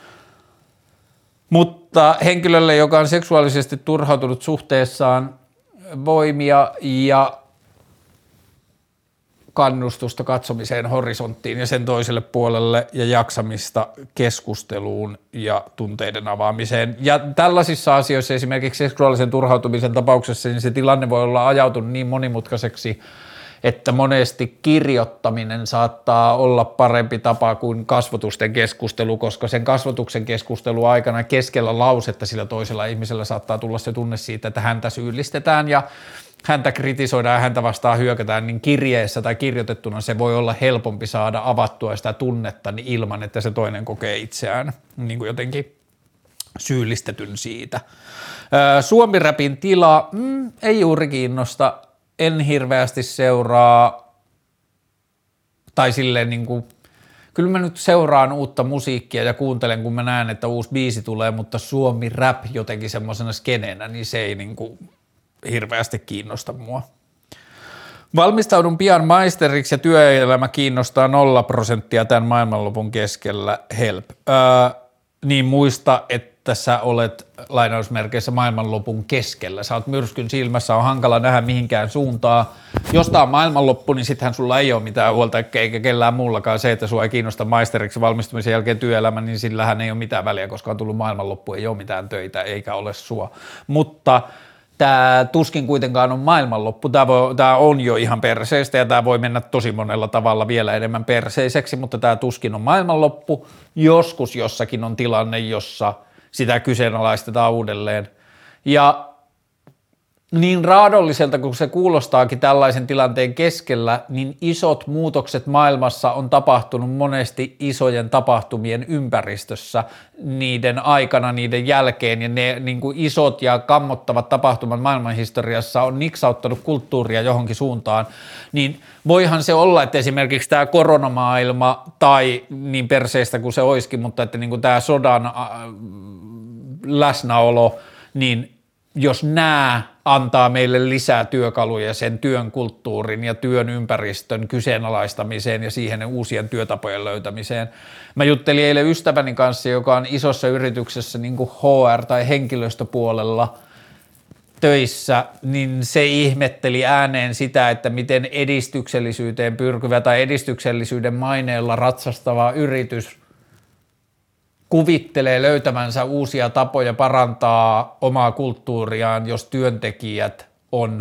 Speaker 1: Mutta henkilölle, joka on seksuaalisesti turhautunut suhteessaan, voimia ja kannustusta katsomiseen horisonttiin ja sen toiselle puolelle ja jaksamista keskusteluun ja tunteiden avaamiseen. Ja tällaisissa asioissa esimerkiksi seksuaalisen turhautumisen tapauksessa niin se tilanne voi olla ajautunut niin monimutkaiseksi, että monesti kirjoittaminen saattaa olla parempi tapa kuin kasvotusten keskustelu, koska sen kasvotuksen keskustelu aikana keskellä lausetta sillä toisella ihmisellä saattaa tulla se tunne siitä, että häntä syyllistetään ja häntä kritisoidaan ja häntä vastaan hyökätään, niin kirjeessä tai kirjoitettuna se voi olla helpompi saada avattua sitä tunnetta niin ilman, että se toinen kokee itseään jotenkin syyllistetyn siitä. Suomi-räpin tila ei juuri kiinnosta, en hirveästi seuraa, tai silleen kyllä mä nyt seuraan uutta musiikkia ja kuuntelen, kun mä näen, että uusi biisi tulee, mutta Suomi-rap jotenkin semmoisena skeneenä, niin se ei hirveästi kiinnosta mua. Valmistaudun pian maisteriksi ja työelämä kiinnostaa 0% tämän maailmanlopun keskellä. Help. Niin muista, että sä olet lainausmerkeissä maailmanlopun keskellä. Sä oot myrskyn silmässä, on hankala nähdä mihinkään suuntaan. Jos tää on maailmanloppu, niin sittenhän sulla ei ole mitään huolta, eikä kellään muullakaan se, että sua ei kiinnosta maisteriksi valmistumisen jälkeen työelämä, niin sillähän ei ole mitään väliä, koska on tullut maailmanloppu, ei ole mitään töitä, eikä ole sua. Mutta tämä tuskin kuitenkaan on maailmanloppu, tämä on jo ihan perseistä ja tämä voi mennä tosi monella tavalla vielä enemmän perseiseksi, mutta tämä tuskin on maailmanloppu. Joskus jossakin on tilanne, jossa sitä kyseenalaistetaan uudelleen. Ja niin raadolliselta kuin se kuulostaakin tällaisen tilanteen keskellä, niin isot muutokset maailmassa on tapahtunut monesti isojen tapahtumien ympäristössä niiden aikana, niiden jälkeen, ja ne isot ja kammottavat tapahtumat maailmanhistoriassa on niksauttanut kulttuuria johonkin suuntaan, niin voihan se olla, että esimerkiksi tämä koronamaailma, tai niin perseistä kuin se olisikin, mutta että tämä sodan läsnäolo, niin jos nämä antaa meille lisää työkaluja sen työn kulttuurin ja työn ympäristön kyseenalaistamiseen ja siihen uusien työtapojen löytämiseen. Mä juttelin eilen ystäväni kanssa, joka on isossa yrityksessä HR- tai henkilöstöpuolella, töissä, niin se ihmetteli ääneen sitä, että miten edistyksellisyyteen pyrkivä tai edistyksellisyyden maineella ratsastava yritys kuvittelee löytämänsä uusia tapoja parantaa omaa kulttuuriaan, jos työntekijät on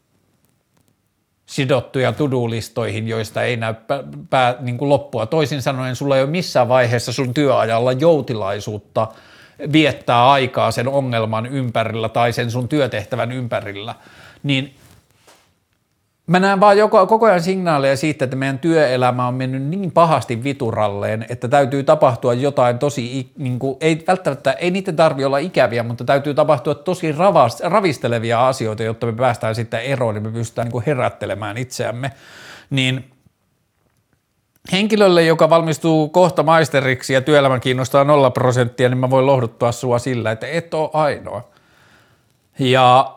Speaker 1: sidottuja to-do-listoihin, joista ei näy niin kuin loppua. Toisin sanoen, sulla ei ole missään vaiheessa sun työajalla joutilaisuutta viettää aikaa sen ongelman ympärillä tai sen sun työtehtävän ympärillä, niin mä näen vaan koko ajan signaaleja siitä, että meidän työelämä on mennyt niin pahasti vituralleen, että täytyy tapahtua jotain tosi, niin kuin, ei välttämättä, ei niiden tarvitse olla ikäviä, mutta täytyy tapahtua tosi ravistelevia asioita, jotta me päästään sitten eroon ja me pystytään niin kuin herättelemään itseämme. Niin henkilölle, joka valmistuu kohta maisteriksi ja työelämä kiinnostaa 0%, niin mä voin lohduttaa sua sillä, että et ole ainoa. Ja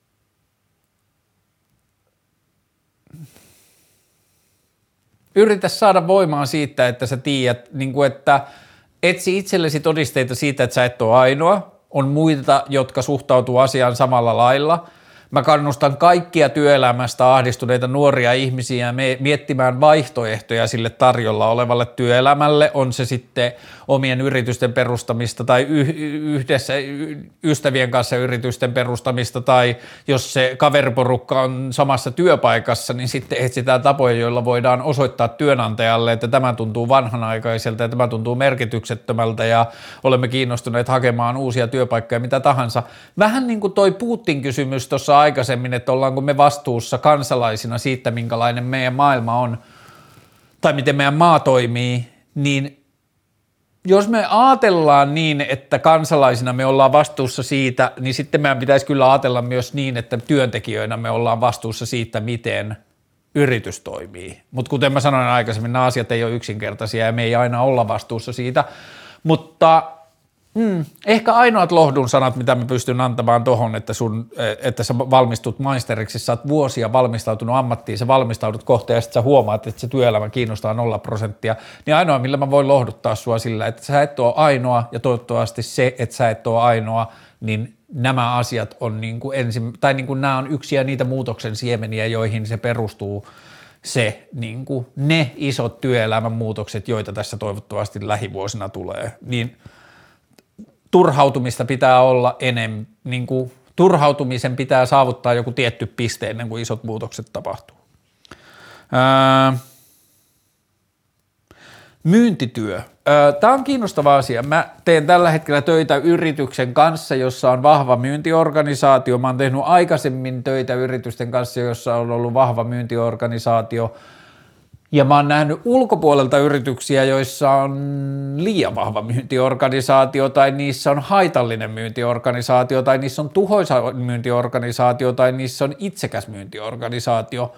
Speaker 1: yritä saada voimaa siitä, että sä tiedät, niin kuin, että etsi itsellesi todisteita siitä, että sä et ole ainoa. On muita, jotka suhtautuu asiaan samalla lailla. Mä kannustan kaikkia työelämästä ahdistuneita nuoria ihmisiä miettimään vaihtoehtoja sille tarjolla olevalle työelämälle, on se sitten omien yritysten perustamista tai yhdessä ystävien kanssa yritysten perustamista tai jos se kaveriporukka on samassa työpaikassa, niin sitten etsitään tapoja, joilla voidaan osoittaa työnantajalle, että tämä tuntuu vanhanaikaiselta ja tämä tuntuu merkityksettömältä ja olemme kiinnostuneet hakemaan uusia työpaikkoja, mitä tahansa. Vähän niin kuin toi Putin-kysymys tuossa aikaisemmin, että ollaanko me vastuussa kansalaisina siitä, minkälainen meidän maailma on tai miten meidän maa toimii, niin jos me ajatellaan niin, että kansalaisina me ollaan vastuussa siitä, niin sitten meidän pitäisi kyllä ajatella myös niin, että työntekijöinä me ollaan vastuussa siitä, miten yritys toimii. Mutta kuten mä sanoin aikaisemmin, nämä asiat ei ole yksinkertaisia ja me ei aina olla vastuussa siitä, mutta ehkä ainoat lohdun sanat, mitä mä pystyn antamaan tohon, että sä valmistut maisteriksi, sä oot vuosia valmistautunut ammattiin, sä valmistaudut kohta ja sitten sä huomaat, että se työelämä kiinnostaa 0%, niin ainoa, millä mä voin lohduttaa sua sillä, että sä et ole ainoa ja toivottavasti se, että sä et ole ainoa, niin nämä asiat on niin kuin nämä on yksiä niitä muutoksen siemeniä, joihin se perustuu se, niin kuin ne isot työelämän muutokset, joita tässä toivottavasti lähivuosina tulee, niin turhautumista pitää olla enemmän, niin kuin turhautumisen pitää saavuttaa joku tietty piste ennen kuin isot muutokset tapahtuu. Myyntityö. Tämä on kiinnostava asia. Mä teen tällä hetkellä töitä yrityksen kanssa, jossa on vahva myyntiorganisaatio. Mä oon tehnyt aikaisemmin töitä yritysten kanssa, jossa on ollut vahva myyntiorganisaatio. Ja mä oon nähnyt ulkopuolelta yrityksiä, joissa on liian vahva myyntiorganisaatio tai niissä on haitallinen myyntiorganisaatio tai niissä on tuhoisa myyntiorganisaatio tai niissä on itsekäs myyntiorganisaatio.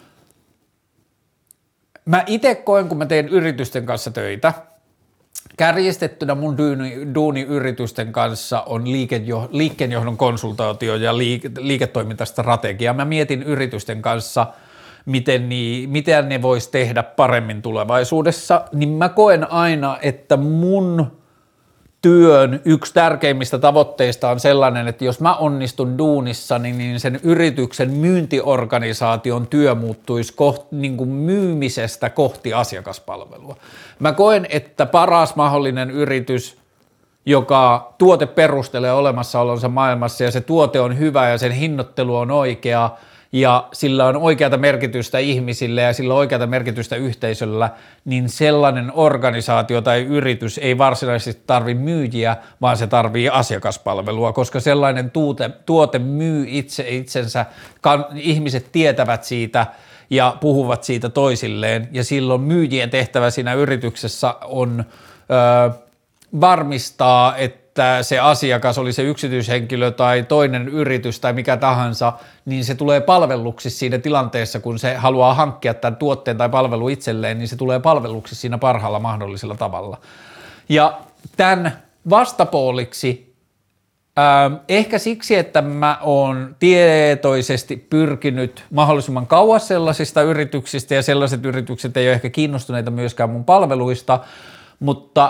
Speaker 1: Mä itse koen, kun mä teen yritysten kanssa töitä, kärjistettynä mun duuni yritysten kanssa on liikkeenjohdon konsultaatio ja liiketoimintastrategia. Mä mietin yritysten kanssa, miten ne vois tehdä paremmin tulevaisuudessa, niin mä koen aina, että mun työn yksi tärkeimmistä tavoitteista on sellainen, että jos mä onnistun duunissa, niin sen yrityksen myyntiorganisaation työ muuttuisi niin kuin myymisestä kohti asiakaspalvelua. Mä koen, että paras mahdollinen yritys, joka tuote perustelee olemassaolonsa maailmassa ja se tuote on hyvä ja sen hinnoittelu on oikea, ja sillä on oikeata merkitystä ihmisille ja sillä on oikeata merkitystä yhteisöllä, niin sellainen organisaatio tai yritys ei varsinaisesti tarvitse myyjiä, vaan se tarvitsee asiakaspalvelua, koska sellainen tuote myy itsensä, ihmiset tietävät siitä ja puhuvat siitä toisilleen, ja silloin myyjien tehtävä siinä yrityksessä on varmistaa, että se asiakas, oli se yksityishenkilö tai toinen yritys tai mikä tahansa, niin se tulee palvelluksi siinä tilanteessa, kun se haluaa hankkia tämän tuotteen tai palvelu itselleen, niin se tulee palvelluksi siinä parhaalla mahdollisella tavalla. Ja tämän vastapuoliksi, ehkä siksi, että mä oon tietoisesti pyrkinyt mahdollisimman kauas sellaisista yrityksistä ja sellaiset yritykset ei ole ehkä kiinnostuneita myöskään mun palveluista, mutta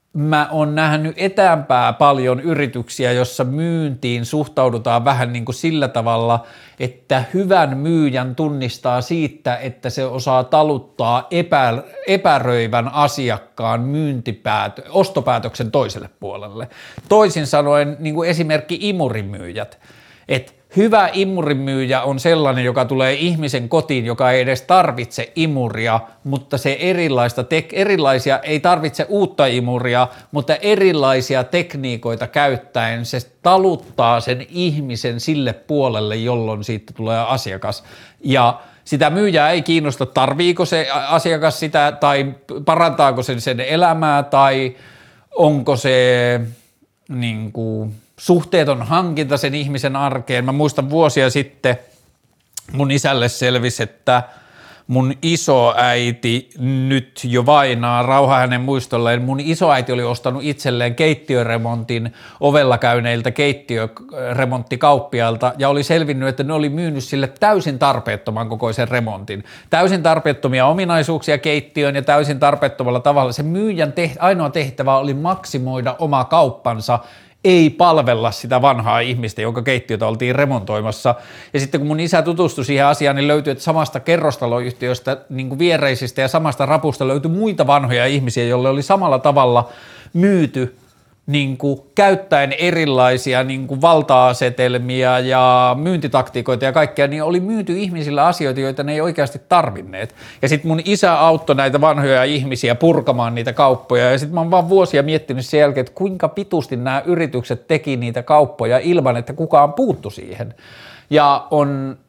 Speaker 1: mä oon nähnyt etäämpää paljon yrityksiä, jossa myyntiin suhtaudutaan vähän niin kuin sillä tavalla, että hyvän myyjän tunnistaa siitä, että se osaa taluttaa epäröivän asiakkaan ostopäätöksen toiselle puolelle. Toisin sanoen niin kuin esimerkki imurimyyjät, että hyvä imurimyyjä on sellainen, joka tulee ihmisen kotiin, joka ei edes tarvitse imuria, mutta se erilaisia, ei tarvitse uutta imuria, mutta erilaisia tekniikoita käyttäen se taluttaa sen ihmisen sille puolelle, jolloin siitä tulee asiakas. Ja sitä myyjää ei kiinnosta, tarviiko se asiakas sitä tai parantaako se sen elämää tai onko se niin kuin suhteeton hankinta sen ihmisen arkeen. Mä muistan vuosia sitten mun isälle selvisi, että mun isoäiti nyt jo vainaa, rauha hänen muistolleen, mun isoäiti oli ostanut itselleen keittiöremontin ovella käyneiltä keittiöremonttikauppiailta ja oli selvinnyt, että ne oli myynyt sille täysin tarpeettoman kokoisen remontin. Täysin tarpeettomia ominaisuuksia keittiöön ja täysin tarpeettomalla tavalla. Se myyjän ainoa tehtävä oli maksimoida oma kauppansa, ei palvella sitä vanhaa ihmistä, jonka keittiötä oltiin remontoimassa. Ja sitten kun mun isä tutustui siihen asiaan, niin löytyi, että samasta kerrostaloyhtiöstä niin kuin viereisistä ja samasta rapusta löytyi muita vanhoja ihmisiä, joille oli samalla tavalla myyty niin kuin käyttäen erilaisia niin kuin valta-asetelmia ja myyntitaktiikoita ja kaikkea, niin oli myyty ihmisillä asioita, joita ne ei oikeasti tarvinneet. Ja sitten mun isä auttoi näitä vanhoja ihmisiä purkamaan niitä kauppoja, ja sitten mä oon vaan vuosia miettinyt sen jälkeen, että kuinka pitusti nämä yritykset teki niitä kauppoja ilman, että kukaan puuttui siihen. Ja on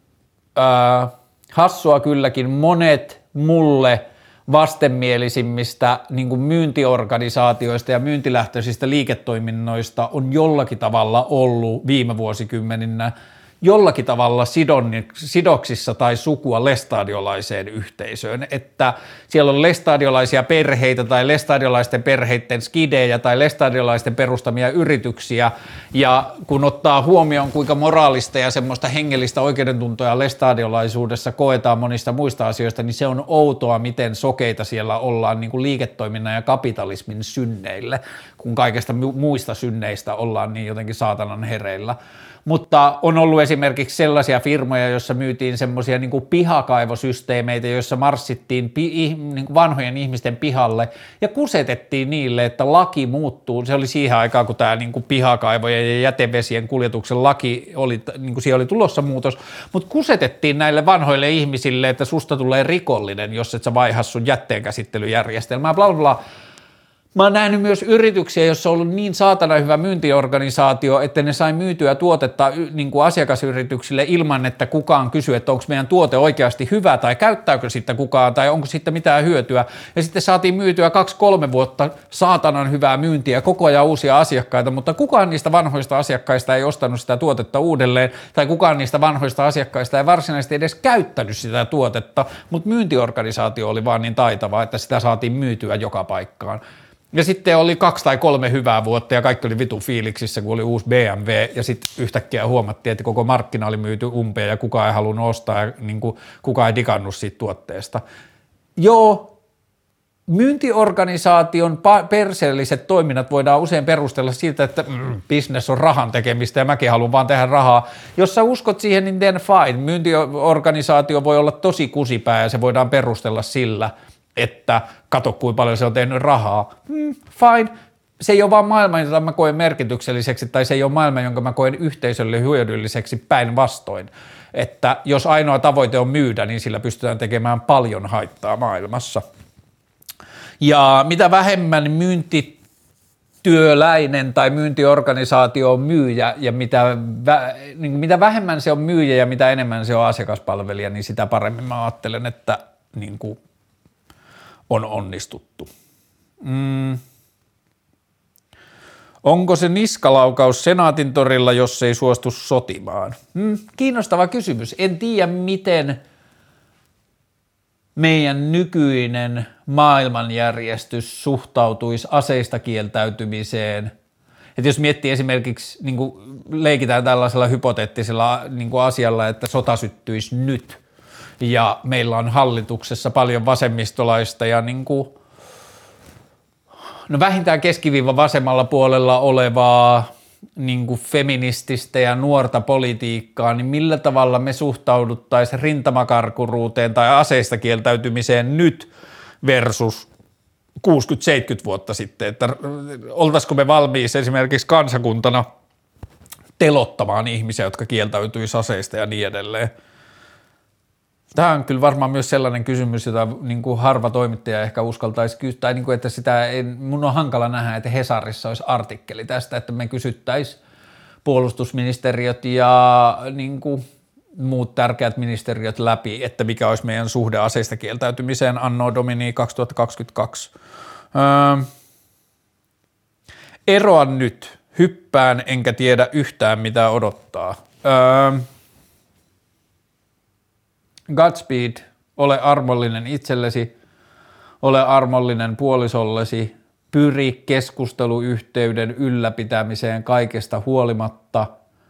Speaker 1: hassua kylläkin monet mulle vastenmielisimmistä niin kuin myyntiorganisaatioista ja myyntilähtöisistä liiketoiminnoista on jollakin tavalla ollut viime vuosikymmeninä jollakin tavalla sidoksissa tai sukua lestadiolaiseen yhteisöön, että siellä on lestadiolaisia perheitä tai lestadiolaisten perheiden skidejä tai lestadiolaisten perustamia yrityksiä, ja kun ottaa huomioon, kuinka moraalista ja semmoista hengellistä oikeudentuntoa lestadiolaisuudessa koetaan monista muista asioista, niin se on outoa, miten sokeita siellä ollaan niin kuin liiketoiminnan ja kapitalismin synneille, kun kaikesta muista synneistä ollaan niin jotenkin saatanan hereillä. Mutta on ollut esimerkiksi sellaisia firmoja, joissa myytiin semmoisia niin kuin pihakaivosysteemeitä, joissa marssittiin niin kuin vanhojen ihmisten pihalle ja kusetettiin niille, että laki muuttuu. Se oli siihen aikaan, kun tämä niin kuin pihakaivojen ja jätevesien kuljetuksen laki oli, niin kuin siihen oli tulossa muutos, mutta kusetettiin näille vanhoille ihmisille, että susta tulee rikollinen, jos et sä vaiha sun jätteenkäsittelyjärjestelmää, bla bla bla. Mä oon nähnyt myös yrityksiä, joissa on ollut niin saatana hyvä myyntiorganisaatio, että ne sai myytyä tuotetta niin kuin asiakasyrityksille ilman, että kukaan kysyy, että onko meidän tuote oikeasti hyvä tai käyttääkö sitä kukaan tai onko siitä mitään hyötyä. Ja sitten saatiin myytyä 2-3 vuotta saatanan hyvää myyntiä, koko ajan uusia asiakkaita, mutta kukaan niistä vanhoista asiakkaista ei ostanut sitä tuotetta uudelleen tai kukaan niistä vanhoista asiakkaista ei varsinaisesti edes käyttänyt sitä tuotetta, mutta myyntiorganisaatio oli vaan niin taitava, että sitä saatiin myytyä joka paikkaan. Ja sitten oli 2 tai 3 hyvää vuotta ja kaikki oli vitu fiiliksissä, kun oli uusi BMW ja sitten yhtäkkiä huomattiin, että koko markkina oli myyty umpeen ja kukaan ei halunnut ostaa ja niin kuin kukaan ei digannut siitä tuotteesta. Joo, myyntiorganisaation perseelliset toiminnat voidaan usein perustella siitä, että business on rahan tekemistä ja mäkin haluan vaan tehdä rahaa. Jos sä uskot siihen, niin then fine. Myyntiorganisaatio voi olla tosi kusipää ja se voidaan perustella sillä, että kato kuinka paljon se on tehnyt rahaa. Fine. Se ei ole vaan maailma, jota mä koen merkitykselliseksi, tai se ei ole maailma, jonka mä koen yhteisölle hyödylliseksi päinvastoin. Että jos ainoa tavoite on myydä, niin sillä pystytään tekemään paljon haittaa maailmassa. Ja mitä vähemmän myyntityöläinen tai myyntiorganisaatio on myyjä, ja mitä vähemmän se on myyjä ja mitä enemmän se on asiakaspalvelija, niin sitä paremmin mä ajattelen, että niin kuin on onnistuttu. Onko se niskalaukaus Senaatintorilla, jos ei suostu sotimaan? Kiinnostava kysymys. En tiedä, miten meidän nykyinen maailmanjärjestys suhtautuisi aseista kieltäytymiseen. Että jos miettii esimerkiksi, niin kuin leikitään tällaisella hypoteettisella niin kuin asialla, että sota syttyisi nyt, ja meillä on hallituksessa paljon vasemmistolaista ja niin kuin no vähintään keskiviivan vasemmalla puolella olevaa niin kuin feminististä ja nuorta politiikkaa, niin millä tavalla me suhtauduttaisiin rintamakarkuruuteen tai aseista kieltäytymiseen nyt versus 60-70 vuotta sitten, että oltaisiko me valmiiksi esimerkiksi kansakuntana telottamaan ihmisiä, jotka kieltäytyisi aseista ja niin edelleen. Tämä on kyllä varmaan myös sellainen kysymys, jota niin kuin harva toimittaja ehkä uskaltaisi kysyä, tai niin kuin, että mun on hankala nähdä, että Hesarissa olisi artikkeli tästä, että me kysyttäisiin puolustusministeriöt ja niin kuin muut tärkeät ministeriöt läpi, että mikä olisi meidän suhde aseista kieltäytymiseen anno domini 2022. Eroan nyt, hyppään enkä tiedä yhtään mitä odottaa. Godspeed, ole armollinen itsellesi, ole armollinen puolisollesi, pyri keskusteluyhteyden ylläpitämiseen kaikesta huolimatta.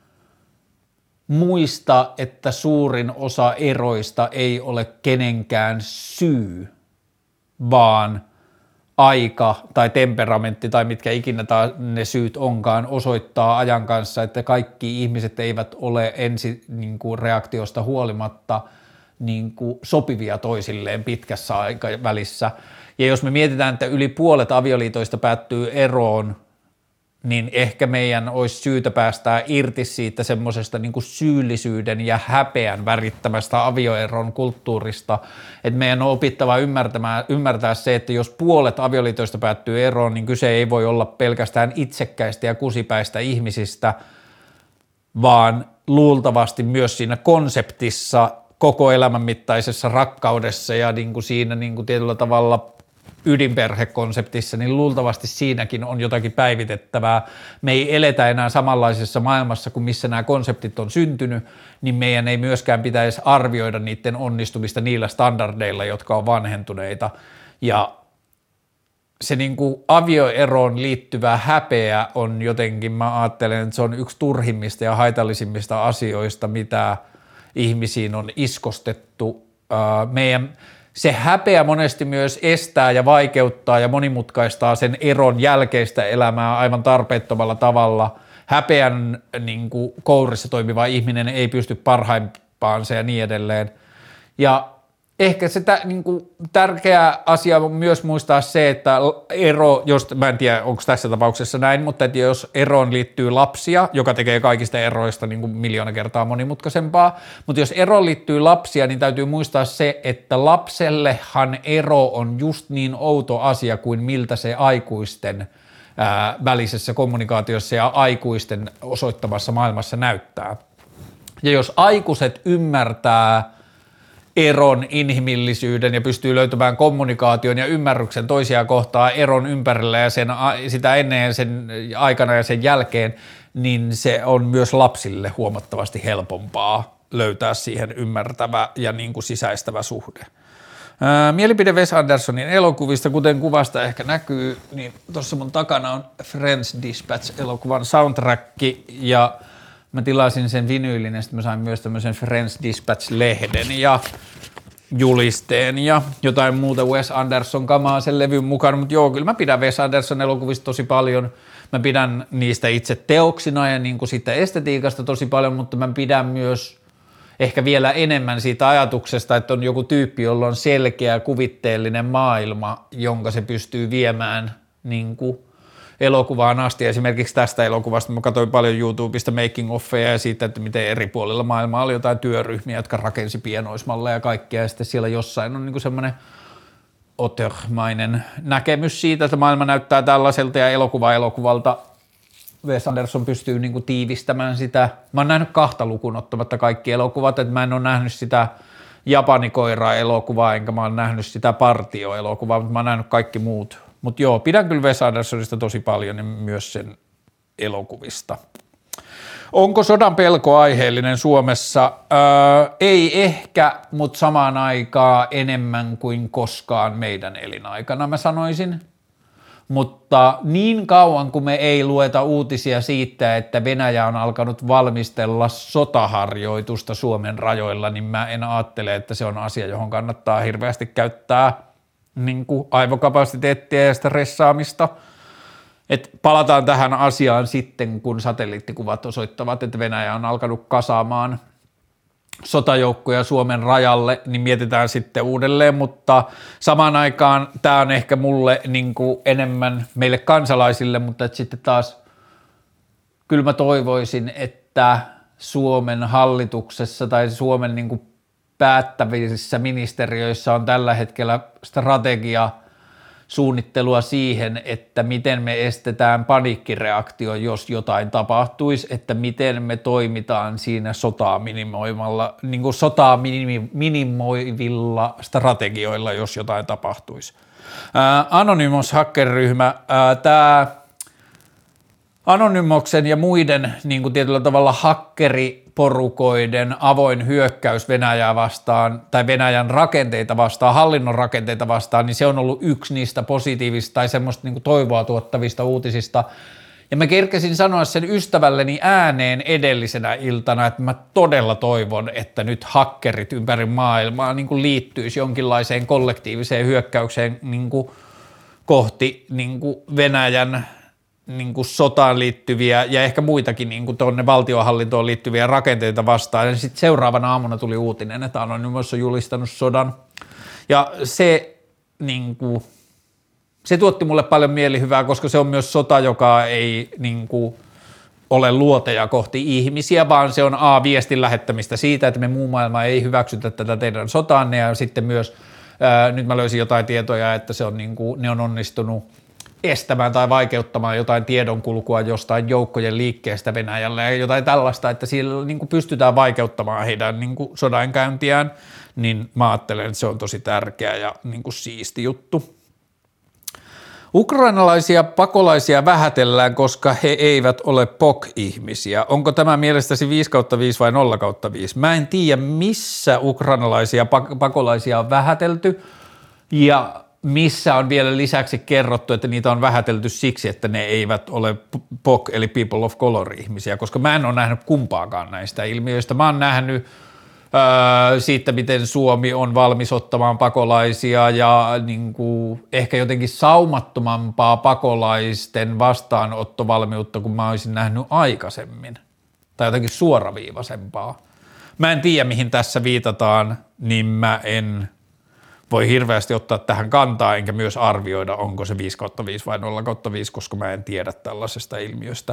Speaker 1: Muista, että suurin osa eroista ei ole kenenkään syy, vaan aika tai temperamentti tai mitkä ikinä ne syyt onkaan osoittaa ajan kanssa, että kaikki ihmiset eivät ole ensi niin kuin reaktiosta huolimatta niin kuin sopivia toisilleen pitkässä aikavälissä. Ja jos me mietitään, että yli puolet avioliitoista päättyy eroon, niin ehkä meidän olisi syytä päästää irti siitä semmoisesta niin kuin syyllisyyden ja häpeän värittämästä avioeron kulttuurista, että meidän on opittava ymmärtää se, että jos puolet avioliitoista päättyy eroon, niin kyse ei voi olla pelkästään itsekkäistä ja kusipäistä ihmisistä, vaan luultavasti myös siinä konseptissa, koko elämän mittaisessa rakkaudessa ja niin kuin siinä niin kuin tietyllä tavalla ydinperhekonseptissa, niin luultavasti siinäkin on jotakin päivitettävää. Me ei eletä enää samanlaisessa maailmassa kuin missä nämä konseptit on syntynyt, niin meidän ei myöskään pitäisi arvioida niiden onnistumista niillä standardeilla, jotka on vanhentuneita. Ja se niin kuin avioeroon liittyvä häpeä on jotenkin, mä ajattelen, että se on yksi turhimmista ja haitallisimmista asioista, mitä ihmisiin on iskostettu. Se häpeä monesti myös estää ja vaikeuttaa ja monimutkaistaa sen eron jälkeistä elämää aivan tarpeettomalla tavalla. Häpeän niin kuin kourissa toimiva ihminen ei pysty parhaimpaansa ja niin edelleen. Ja ehkä se niin kuin tärkeä asia on myös muistaa se, että ero, jos mä en tiedä onko tässä tapauksessa näin, mutta että jos eroon liittyy lapsia, joka tekee kaikista eroista niin kuin 1,000,000 kertaa monimutkaisempaa, mutta jos eroon liittyy lapsia, niin täytyy muistaa se, että lapsellehan ero on just niin outo asia kuin miltä se aikuisten välisessä kommunikaatiossa ja aikuisten osoittamassa maailmassa näyttää. Ja jos aikuiset ymmärtää eron inhimillisyyden ja pystyy löytämään kommunikaation ja ymmärryksen toisia kohtaa eron ympärillä ja sitä ennen ja sen aikana ja sen jälkeen, niin se on myös lapsille huomattavasti helpompaa löytää siihen ymmärtävä ja niin kuin sisäistävä suhde. Mielipide Wes Andersonin elokuvista, kuten kuvasta ehkä näkyy, niin tuossa mun takana on French Dispatch-elokuvan soundtrack ja mä tilasin sen vinyylin ja sitten mä sain myös tämmöisen French Dispatch-lehden ja julisteen ja jotain muuta Wes Anderson kamaa sen levyn mukana, mutta joo, kyllä mä pidän Wes Anderson elokuvista tosi paljon. Mä pidän niistä itse teoksina ja niin kuin siitä estetiikasta tosi paljon, mutta mä pidän myös ehkä vielä enemmän siitä ajatuksesta, että on joku tyyppi, jolla on selkeä kuvitteellinen maailma, jonka se pystyy viemään niin kuin elokuvaan asti. Esimerkiksi tästä elokuvasta mä katsoin paljon YouTubesta making-offeja ja siitä, että miten eri puolilla maailmaa oli jotain työryhmiä, jotka rakensi pienoismalleja ja kaikkea, ja sitten siellä jossain on niinku semmoinen auteurmainen näkemys siitä, että maailma näyttää tällaiselta ja elokuvalta Wes Anderson pystyy niinku tiivistämään sitä. Mä oon nähnyt 2 lukuun ottamatta kaikki elokuvat, että mä en ole nähnyt sitä Japanikoira-elokuvaa, enkä mä oon nähnyt sitä Partio-elokuvaa, mutta mä oon nähnyt kaikki muut. Mutta joo, pidän kyllä Wes Andersonista tosi paljon ja myös sen elokuvista. Onko sodan pelko aiheellinen Suomessa? Ei ehkä, mutta samaan aikaan enemmän kuin koskaan meidän elinaikana, mä sanoisin. Mutta niin kauan kuin me ei lueta uutisia siitä, että Venäjä on alkanut valmistella sotaharjoitusta Suomen rajoilla, niin mä en ajattele, että se on asia, johon kannattaa hirveästi käyttää niin kuin aivokapasiteettia ja stressaamista. Et palataan tähän asiaan sitten, kun satelliittikuvat osoittavat, että Venäjä on alkanut kasaamaan sotajoukkoja Suomen rajalle, niin mietitään sitten uudelleen, mutta samaan aikaan tämä on ehkä mulle niin kuin enemmän meille kansalaisille, mutta että sitten taas kyllä mä toivoisin, että Suomen hallituksessa tai Suomen niin kuin päättävissä ministeriöissä on tällä hetkellä strategia suunnittelua siihen, että miten me estetään paniikkireaktio, jos jotain tapahtuisi, että miten me toimitaan siinä sotaa minimoivilla strategioilla, jos jotain tapahtuisi. Anonymous hacker-ryhmä, tämä Anonymoksen ja muiden niin kuin tietyllä tavalla hakkeriporukoiden avoin hyökkäys Venäjää vastaan tai Venäjän rakenteita vastaan, hallinnon rakenteita vastaan, niin se on ollut yksi niistä positiivista tai semmoista niin kuin toivoa tuottavista uutisista. Ja mä kerkesin sanoa sen ystävälleni ääneen edellisenä iltana, että mä todella toivon, että nyt hakkerit ympäri maailmaa niin kuin liittyisi jonkinlaiseen kollektiiviseen hyökkäykseen niin kuin kohti niin kuin Venäjän niin kuin sotaan liittyviä ja ehkä muitakin niin kuin tuonne valtionhallintoon liittyviä rakenteita vastaan. Ja sitten seuraavana aamuna tuli uutinen, että Anonymous on julistanut sodan. Ja se, niin kuin, se tuotti mulle paljon mielihyvää, koska se on myös sota, joka ei niin kuin, ole luoteja kohti ihmisiä, vaan se on viestin lähettämistä siitä, että me muu maailma ei hyväksytä tätä teidän sotaanne. Ja sitten myös, nyt mä löysin jotain tietoja, että se on, niin kuin, ne on onnistunut estämään tai vaikeuttamaan jotain tiedonkulkua jostain joukkojen liikkeestä Venäjällä ja jotain tällaista, että siellä niin kuin pystytään vaikeuttamaan heidän niin kuin sodankäyntiään, niin mä ajattelen, että se on tosi tärkeä ja niin kuin siisti juttu. Ukrainalaisia pakolaisia vähätellään, koska he eivät ole POK-ihmisiä. Onko tämä mielestäsi 5/5 vai 0/5? Mä en tiedä, missä ukrainalaisia pakolaisia on vähätelty ja missä on vielä lisäksi kerrottu, että niitä on vähätelty siksi, että ne eivät ole POC eli People of Color-ihmisiä, koska mä en ole nähnyt kumpaakaan näistä ilmiöistä. Mä oon nähnyt siitä, miten Suomi on valmis ottamaan pakolaisia ja niin kuin ehkä jotenkin saumattomampaa pakolaisten vastaanottovalmiutta kuin mä olisin nähnyt aikaisemmin tai jotenkin suoraviivaisempaa. Mä en tiedä, mihin tässä viitataan, niin mä en voi hirveästi ottaa tähän kantaa, enkä myös arvioida, onko se 5/5 vai 0/5, koska mä en tiedä tällaisesta ilmiöstä.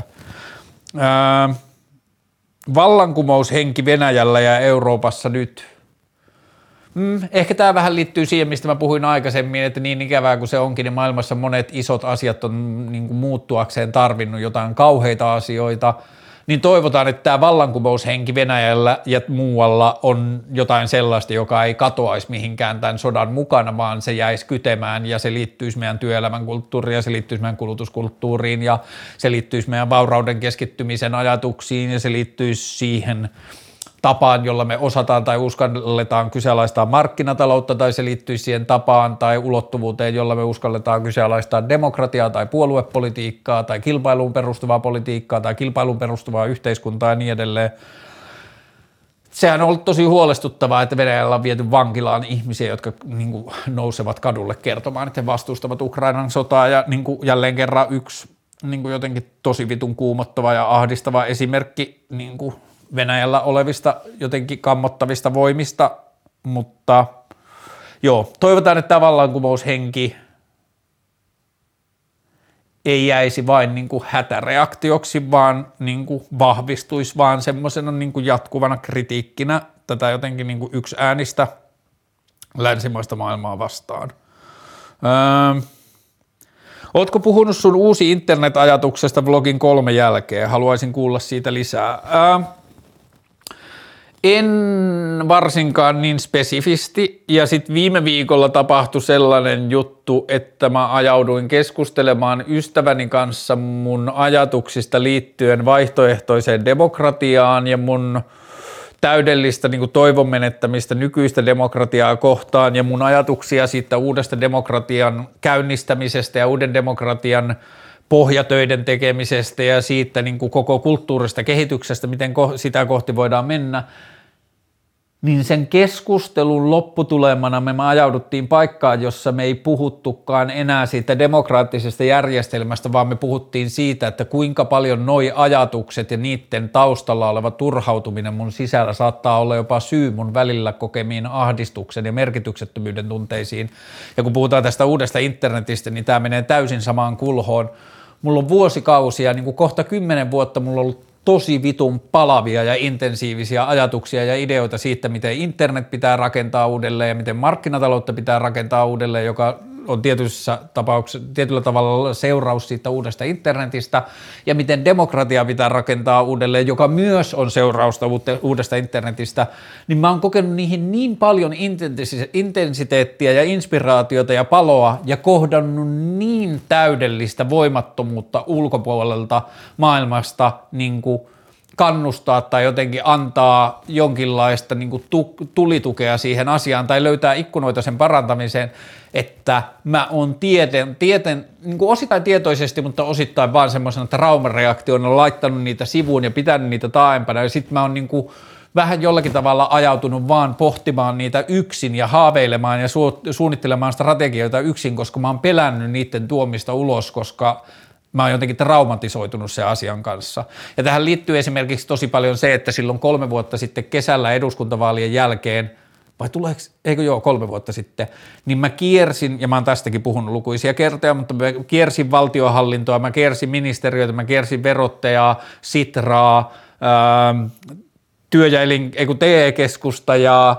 Speaker 1: Vallankumoushenki Venäjällä ja Euroopassa nyt. Ehkä tämä vähän liittyy siihen, mistä mä puhuin aikaisemmin, että niin ikävää kuin se onkin, niin maailmassa monet isot asiat on niin kuin muuttuakseen tarvinnut jotain kauheita asioita, niin toivotaan, että tämä vallankumoushenki Venäjällä ja muualla on jotain sellaista, joka ei katoaisi mihinkään tämän sodan mukana, vaan se jäisi kytemään ja se liittyisi meidän työelämän kulttuuriin ja se liittyisi meidän kulutuskulttuuriin ja se liittyisi meidän vaurauden keskittymisen ajatuksiin ja se liittyisi siihen tapaan, jolla me osataan tai uskalletaan kyseenalaistaa markkinataloutta tai se liittyisi siihen tapaan tai ulottuvuuteen, jolla me uskalletaan kyseenalaistaa demokratiaa tai puoluepolitiikkaa tai kilpailuun perustuvaa politiikkaa tai kilpailuun perustuvaa yhteiskuntaa ja niin edelleen. Sehän on ollut tosi huolestuttavaa, että Venäjällä on viety vankilaan ihmisiä, jotka niin kuin nousevat kadulle kertomaan, että he vastustavat Ukrainan sotaa ja niin kuin jälleen kerran yksi niin kuin jotenkin tosi vitun kuumottava ja ahdistava esimerkki niin kuin Venäjällä olevista jotenkin kammottavista voimista, mutta joo, toivotaan, että tämä vallankumoushenki ei jäisi vain niin kuin hätäreaktioksi, vaan niin kuin vahvistuisi vaan semmoisena niin kuin jatkuvana kritiikkinä tätä jotenkin niin kuin yksi äänistä länsimaista maailmaa vastaan. Ootko puhunut sun uusi internet-ajatuksesta vlogin 3 jälkeen? Haluaisin kuulla siitä lisää. En varsinkaan niin spesifisti, ja sitten viime viikolla tapahtui sellainen juttu, että mä ajauduin keskustelemaan ystäväni kanssa mun ajatuksista liittyen vaihtoehtoiseen demokratiaan ja mun täydellistä niin kuin toivon menettämistä nykyistä demokratiaa kohtaan ja mun ajatuksia siitä uudesta demokratian käynnistämisestä ja uuden demokratian pohjatöiden tekemisestä ja siitä niin kuin koko kulttuurista kehityksestä, miten sitä kohti voidaan mennä, niin sen keskustelun lopputulemana me ajauduttiin paikkaan, jossa me ei puhuttukaan enää siitä demokraattisesta järjestelmästä, vaan me puhuttiin siitä, että kuinka paljon noi ajatukset ja niiden taustalla oleva turhautuminen mun sisällä saattaa olla jopa syy mun välillä kokemiin ahdistuksen ja merkityksettömyyden tunteisiin. Ja kun puhutaan tästä uudesta internetistä, niin tämä menee täysin samaan kulhoon. Mulla on vuosikausia, niin kuin kohta 10 vuotta mulla on ollut tosi vitun palavia ja intensiivisiä ajatuksia ja ideoita siitä, miten internet pitää rakentaa uudelleen ja miten markkinataloutta pitää rakentaa uudelleen, joka on tietyllä tavalla seuraus siitä uudesta internetistä, ja miten demokratia pitää rakentaa uudelleen, joka myös on seurausta uudesta internetistä, niin mä oon kokenut niihin niin paljon intensiteettiä ja inspiraatiota ja paloa ja kohdannut niin täydellistä voimattomuutta ulkopuolelta maailmasta niin kuin kannustaa tai jotenkin antaa jonkinlaista niin kuin tulitukea siihen asiaan tai löytää ikkunoita sen parantamiseen, että mä oon niin kuin osittain tietoisesti, mutta osittain vaan semmoisena traumareaktiona laittanut niitä sivuun ja pitänyt niitä taaempana ja sitten mä oon niin kuin vähän jollakin tavalla ajautunut vaan pohtimaan niitä yksin ja haaveilemaan ja suunnittelemaan strategioita yksin, koska mä oon pelännyt niiden tuomista ulos, koska mä oon jotenkin traumatisoitunut sen asian kanssa. Ja tähän liittyy esimerkiksi tosi paljon se, että silloin 3 vuotta sitten kesällä eduskuntavaalien jälkeen, vai tuleeko, eikö joo, 3 vuotta sitten, niin mä kiersin, ja mä oon tästäkin puhunut lukuisia kertoja, mutta mä kiersin valtionhallintoa, mä kiersin ministeriöitä, mä kiersin verottajaa, Sitraa, TE-keskusta ja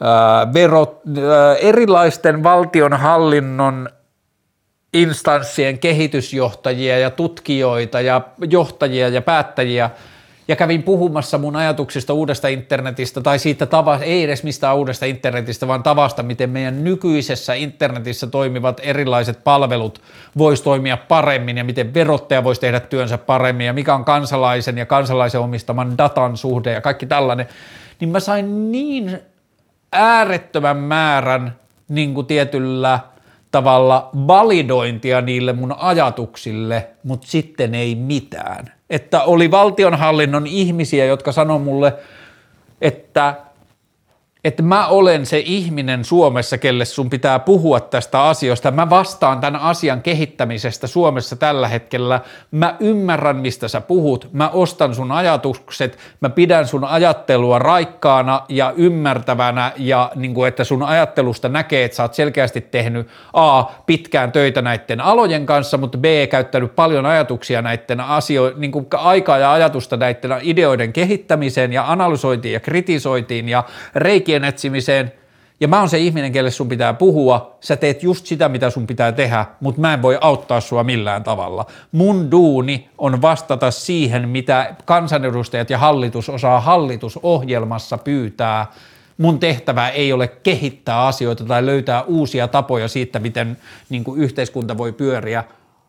Speaker 1: erilaisten valtionhallinnon instanssien kehitysjohtajia ja tutkijoita ja johtajia ja päättäjiä ja kävin puhumassa mun ajatuksista uudesta internetistä tai siitä tavasta, ei edes mistään uudesta internetistä, vaan tavasta, miten meidän nykyisessä internetissä toimivat erilaiset palvelut vois toimia paremmin ja miten verottaja voisi tehdä työnsä paremmin ja mikä on kansalaisen ja kansalaisen omistaman datan suhde ja kaikki tällainen, niin mä sain niin äärettömän määrän niin kuin tietyllä tavalla validointia niille mun ajatuksille, mutta sitten ei mitään. Että oli valtionhallinnon ihmisiä, jotka sanoi mulle, että mä olen se ihminen Suomessa, kelle sun pitää puhua tästä asiasta. Mä vastaan tämän asian kehittämisestä Suomessa tällä hetkellä. Mä ymmärrän, mistä sä puhut. Mä ostan sun ajatukset. Mä pidän sun ajattelua raikkaana ja ymmärtävänä ja niin kuin, että sun ajattelusta näkee, että sä oot selkeästi tehnyt A, pitkään töitä näiden alojen kanssa, mutta B, käyttänyt paljon ajatuksia näiden asioiden, niin kuin aikaa ja ajatusta näiden ideoiden kehittämiseen ja analysointiin ja kritisoitiin ja reikien etsimiseen, ja mä oon se ihminen, kelle sun pitää puhua, sä teet just sitä, mitä sun pitää tehdä, mutta mä en voi auttaa sua millään tavalla. Mun duuni on vastata siihen, mitä kansanedustajat ja hallitus osaa hallitusohjelmassa pyytää. Mun tehtävä ei ole kehittää asioita tai löytää uusia tapoja siitä, miten niin kuin yhteiskunta voi pyöriä,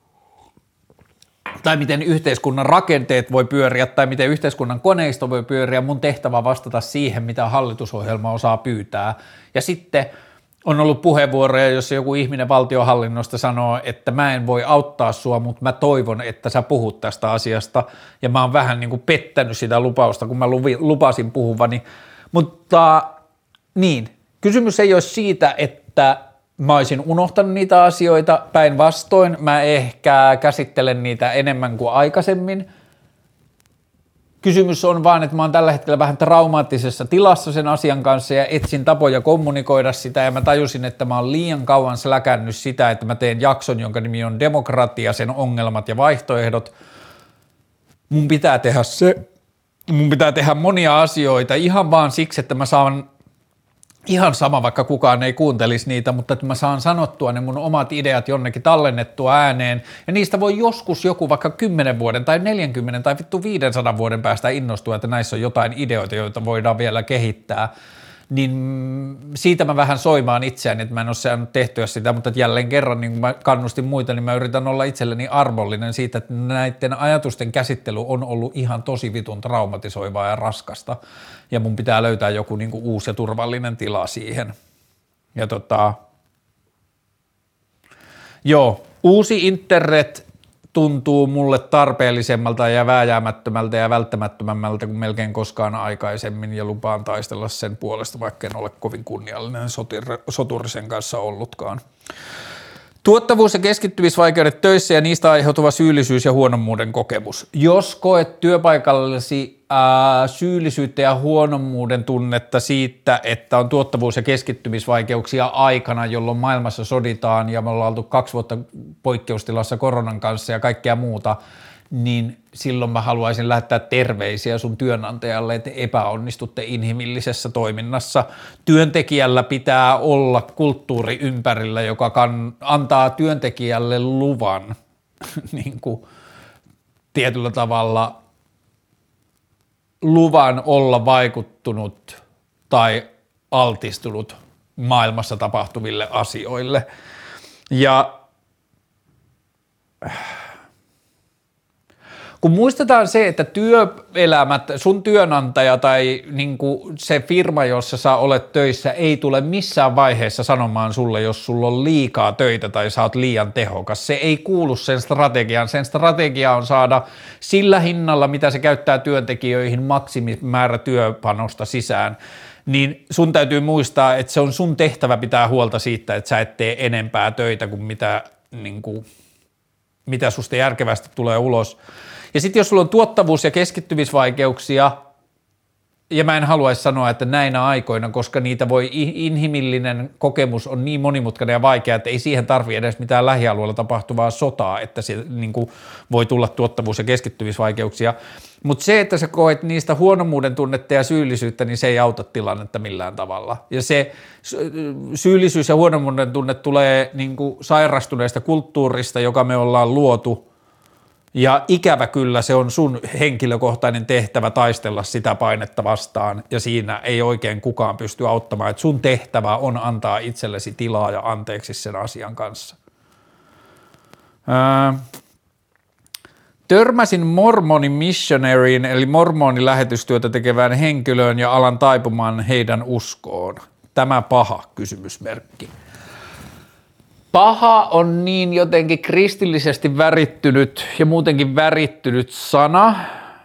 Speaker 1: tai miten yhteiskunnan rakenteet voi pyöriä, tai miten yhteiskunnan koneisto voi pyöriä, mun tehtävä vastata siihen, mitä hallitusohjelma osaa pyytää. Ja sitten on ollut puheenvuoroja, jossa joku ihminen valtionhallinnosta sanoo, että mä en voi auttaa sua, mutta mä toivon, että sä puhut tästä asiasta, ja mä oon vähän niin kuin pettänyt sitä lupausta, kun mä lupasin puhuvani. Mutta niin, kysymys ei ole siitä, että mä olisin unohtanut niitä asioita, päinvastoin mä ehkä käsittelen niitä enemmän kuin aikaisemmin. Kysymys on vaan, että mä oon tällä hetkellä vähän traumaattisessa tilassa sen asian kanssa ja etsin tapoja kommunikoida sitä ja mä tajusin, että mä oon liian kauan släkännyt sitä, että mä teen jakson, jonka nimi on Demokratia, sen ongelmat ja vaihtoehdot. Mun pitää tehdä monia asioita ihan vaan siksi, että mä saan ihan sama, vaikka kukaan ei kuuntelisi niitä, mutta että mä saan sanottua ne mun omat ideat jonnekin tallennettua ääneen, ja niistä voi joskus joku vaikka 10 vuoden tai 40 tai 500 vuoden päästä innostua, että näissä on jotain ideoita, joita voidaan vielä kehittää, niin siitä mä vähän soimaan itseäni, että mä en ole saanut tehtyä sitä, mutta jälleen kerran, niin kun mä kannustin muita, niin mä yritän olla itselleni arvollinen siitä, että näiden ajatusten käsittely on ollut ihan tosi vitun traumatisoivaa ja raskasta, ja mun pitää löytää joku niin kuin uusi ja turvallinen tila siihen. Ja uusi internet tuntuu mulle tarpeellisemmalta ja vääjäämättömältä ja välttämättömämmältä kuin melkein koskaan aikaisemmin ja lupaan taistella sen puolesta, vaikka en ole kovin kunniallinen soturi sen kanssa ollutkaan. Tuottavuus- ja keskittymisvaikeudet töissä ja niistä aiheutuva syyllisyys ja huonommuuden kokemus. Jos koet työpaikallesi syyllisyyttä ja huonommuuden tunnetta siitä, että on tuottavuus- ja keskittymisvaikeuksia aikana, jolloin maailmassa soditaan ja me ollaan oltu 2 vuotta poikkeustilassa koronan kanssa ja kaikkea muuta, niin silloin mä haluaisin lähettää terveisiä sun työnantajalle, että epäonnistutte inhimillisessä toiminnassa. Työntekijällä pitää olla kulttuuri ympärillä, joka antaa työntekijälle luvan niin kuin tietyllä tavalla luvan olla vaikuttunut tai altistunut maailmassa tapahtuville asioille. Ja kun muistetaan se, että työelämät, sun työnantaja tai niin kuin se firma, jossa sä olet töissä, ei tule missään vaiheessa sanomaan sulle, jos sulla on liikaa töitä tai sä oot liian tehokas. Se ei kuulu sen strategiaan. Sen strategia on saada sillä hinnalla, mitä se käyttää työntekijöihin, maksimimäärä työpanosta sisään. Niin sun täytyy muistaa, että se on sun tehtävä pitää huolta siitä, että sä et tee enempää töitä kuin mitä susta järkevästi tulee ulos. Ja sitten jos sulla on tuottavuus- ja keskittymisvaikeuksia, ja mä en haluaisi sanoa, että näinä aikoina, koska niitä inhimillinen kokemus on niin monimutkainen ja vaikea, että ei siihen tarvitse edes mitään lähialueella tapahtuvaa sotaa, että se niin kuin voi tulla tuottavuus- ja keskittymisvaikeuksia. Mutta se, että sä koet niistä huonommuuden tunnetta ja syyllisyyttä, niin se ei auta tilannetta millään tavalla. Ja se syyllisyys ja huonommuuden tunne tulee niin kuin sairastuneesta kulttuurista, joka me ollaan luotu. Ja ikävä kyllä se on sun henkilökohtainen tehtävä taistella sitä painetta vastaan ja siinä ei oikein kukaan pysty auttamaan, että sun tehtävä on antaa itsellesi tilaa ja anteeksi sen asian kanssa. Törmäsin mormoni missionaryin eli mormonilähetystyötä tekevään henkilöön ja alan taipumaan heidän uskoon. Tämä paha kysymysmerkki. Paha on niin jotenkin kristillisesti värittynyt ja muutenkin värittynyt sana,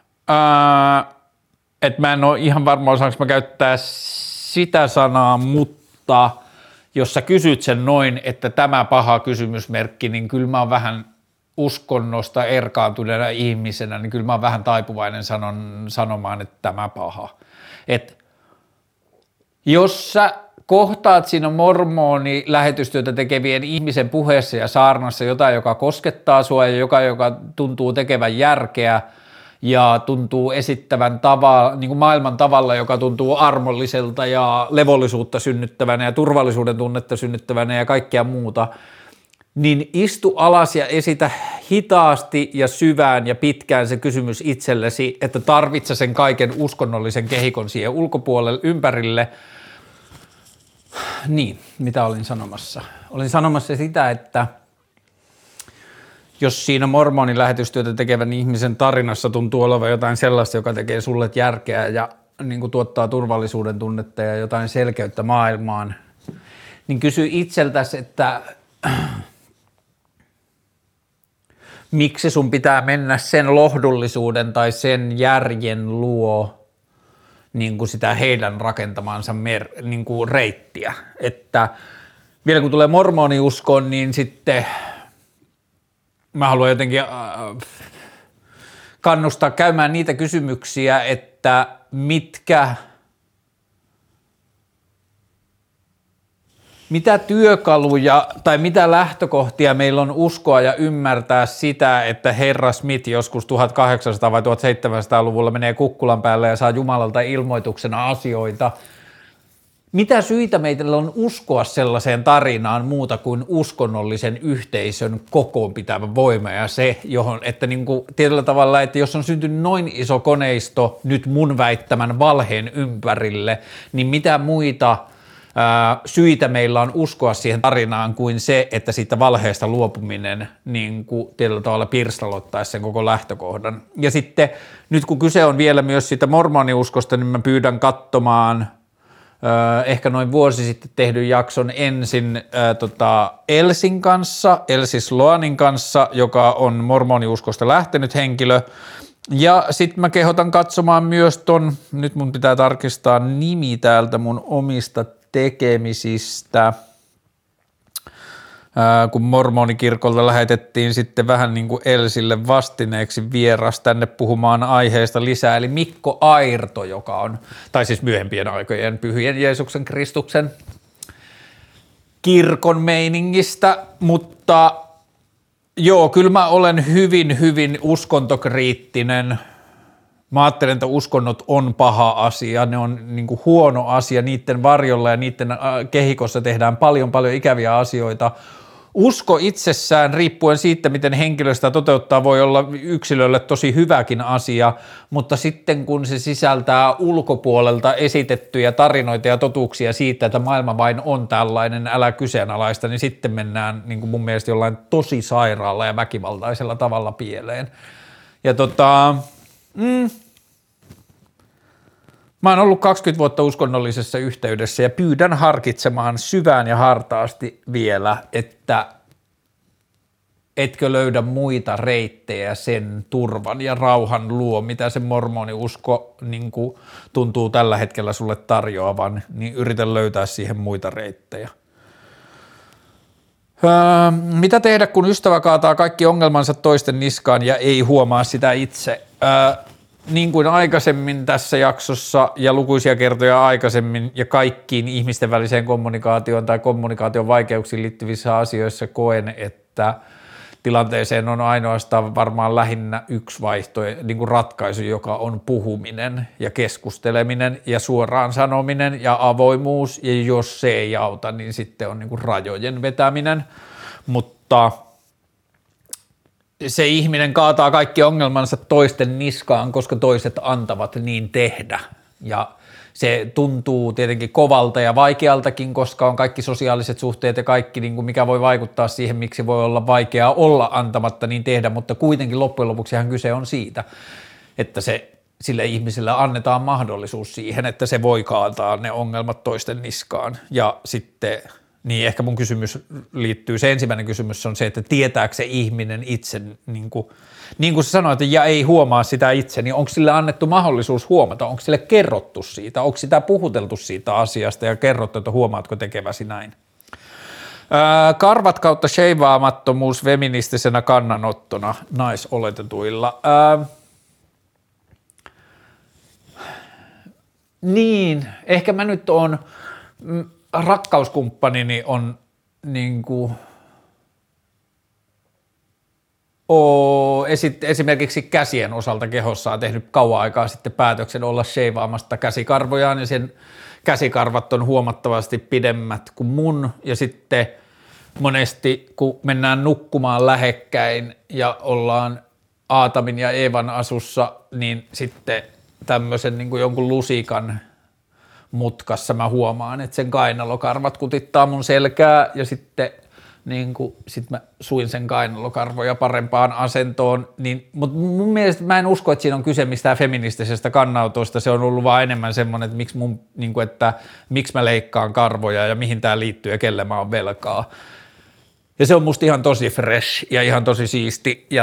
Speaker 1: että mä en ole ihan varma, osaanko mä käyttää sitä sanaa, mutta jos sä kysyt sen noin, että tämä paha kysymysmerkki, niin kyllä mä oon vähän uskonnosta erkaantuneena ihmisenä, niin kyllä mä oon vähän taipuvainen sanomaan, että tämä paha. Et jos sä kohtaat siinä mormoni-lähetystyötä tekevien ihmisen puheessa ja saarnassa jotain, joka koskettaa sua ja joka tuntuu tekevän järkeä ja tuntuu esittävän niin kuin maailman tavalla, joka tuntuu armolliselta ja levollisuutta synnyttävänä ja turvallisuuden tunnetta synnyttävänä ja kaikkea muuta, niin istu alas ja esitä hitaasti ja syvään ja pitkään se kysymys itsellesi, että tarvitset sen kaiken uskonnollisen kehikon siihen ulkopuolelle ympärille. Niin, mitä olin sanomassa? Olin sanomassa sitä, että jos siinä mormonin lähetystyötä tekevän ihmisen tarinassa tuntuu olevan jotain sellaista, joka tekee sulle järkeä ja niin kuin tuottaa turvallisuuden tunnetta ja jotain selkeyttä maailmaan, niin kysy itseltäsi, että miksi sun pitää mennä sen lohdullisuuden tai sen järjen luo niin kuin sitä heidän rakentamansa niin kuin reittiä. Että vielä kun tulee mormoniuskoon, niin sitten mä haluan jotenkin kannustaa käymään niitä kysymyksiä, että mitä työkaluja tai mitä lähtökohtia meillä on uskoa ja ymmärtää sitä, että Herra Smith joskus 1800- vai 1700-luvulla menee kukkulan päälle ja saa Jumalalta ilmoituksena asioita. Mitä syitä meillä on uskoa sellaiseen tarinaan muuta kuin uskonnollisen yhteisön kokoon pitävä voima ja se, johon, että niin kuin tietyllä tavalla, että jos on syntynyt noin iso koneisto nyt mun väittämän valheen ympärille, niin mitä muita syitä meillä on uskoa siihen tarinaan kuin se, että siitä valheesta luopuminen niin kuin tietyllä tavalla pirstaloittaisi sen koko lähtökohdan. Ja sitten nyt kun kyse on vielä myös siitä mormoniuskosta, niin mä pyydän katsomaan ehkä noin vuosi sitten tehdyn jakson ensin Elsin kanssa, Elsi Sloanin kanssa, joka on mormoniuskosta lähtenyt henkilö. Ja sitten mä kehotan katsomaan myös nyt mun pitää tarkistaa nimi täältä mun omista tekemisistä, kun mormonikirkolta lähetettiin sitten vähän niin kuin Elsille vastineeksi vieras tänne puhumaan aiheesta lisää, eli Mikko Airto, joka on, tai siis myöhempien aikojen Pyhien Jeesuksen Kristuksen kirkon meiningistä, mutta joo, kyllä mä olen hyvin, hyvin uskontokriittinen. Mä ajattelen, että uskonnot on paha asia, ne on niin kuin huono asia, niiden varjolla ja niiden kehikossa tehdään paljon, paljon ikäviä asioita. Usko itsessään, riippuen siitä, miten henkilöstä toteuttaa, voi olla yksilölle tosi hyväkin asia, mutta sitten kun se sisältää ulkopuolelta esitettyjä tarinoita ja totuuksia siitä, että maailma vain on tällainen, älä kyseenalaista, niin sitten mennään niin kuin mun mielestä jollain tosi sairaalla ja väkivaltaisella tavalla pieleen. Ja mä oon ollut 20 vuotta uskonnollisessa yhteydessä ja pyydän harkitsemaan syvään ja hartaasti vielä, että etkö löydä muita reittejä sen turvan ja rauhan luo, mitä se mormoniusko niin kuin tuntuu tällä hetkellä sulle tarjoavan, niin yritä löytää siihen muita reittejä. Mitä tehdä, kun ystävä kaataa kaikki ongelmansa toisten niskaan ja ei huomaa sitä itse? Niin kuin aikaisemmin tässä jaksossa ja lukuisia kertoja aikaisemmin ja kaikkiin ihmisten väliseen kommunikaatioon tai kommunikaation vaikeuksiin liittyvissä asioissa koen, että tilanteeseen on ainoastaan varmaan lähinnä yksi niin kuin ratkaisu, joka on puhuminen ja keskusteleminen ja suoraan sanominen ja avoimuus, ja jos se ei auta, niin sitten on niin kuin rajojen vetäminen, mutta se ihminen kaataa kaikki ongelmansa toisten niskaan, koska toiset antavat niin tehdä, ja se tuntuu tietenkin kovalta ja vaikealtakin, koska on kaikki sosiaaliset suhteet ja kaikki, niin kuin mikä voi vaikuttaa siihen, miksi voi olla vaikeaa olla antamatta niin tehdä, mutta kuitenkin loppujen lopuksi ihan kyse on siitä, että sille ihmiselle annetaan mahdollisuus siihen, että se voi kaataa ne ongelmat toisten niskaan. Ja sitten, niin ehkä mun kysymys liittyy, se ensimmäinen kysymys on se, että tietääkö se ihminen itse, niin kuin sä sanoit, ja ei huomaa sitä itse, niin onko sille annettu mahdollisuus huomata, onko sille kerrottu siitä, onko sitä puhuteltu siitä asiasta ja kerrottu, että huomaatko tekeväsi näin. Karvat kautta sheivaamattomuus feministisenä kannanottona naisoletetuilla. Niin, ehkä mä nyt on, rakkauskumppanini on niinku esimerkiksi käsien osalta kehossaan tehnyt kauan aikaa sitten päätöksen olla sheivaamasta käsikarvojaan, ja sen käsikarvat on huomattavasti pidemmät kuin mun, ja sitten monesti kun mennään nukkumaan lähekkäin ja ollaan Aatamin ja Eevan asussa, niin sitten tämmöisen niin kuin jonkun lusikan mutkassa mä huomaan, että sen kainalokarvat kutittaa mun selkää, ja sitten niin sit mä suin sen kainalokarvoja parempaan asentoon, mutta mun mielestä mä en usko, että siinä on kyse mistään feministisestä kannanotosta, se on ollut vaan enemmän semmoinen, että miksi mä leikkaan karvoja ja mihin tää liittyy ja kelle mä oon velkaa. Ja se on musta ihan tosi fresh ja ihan tosi siisti, ja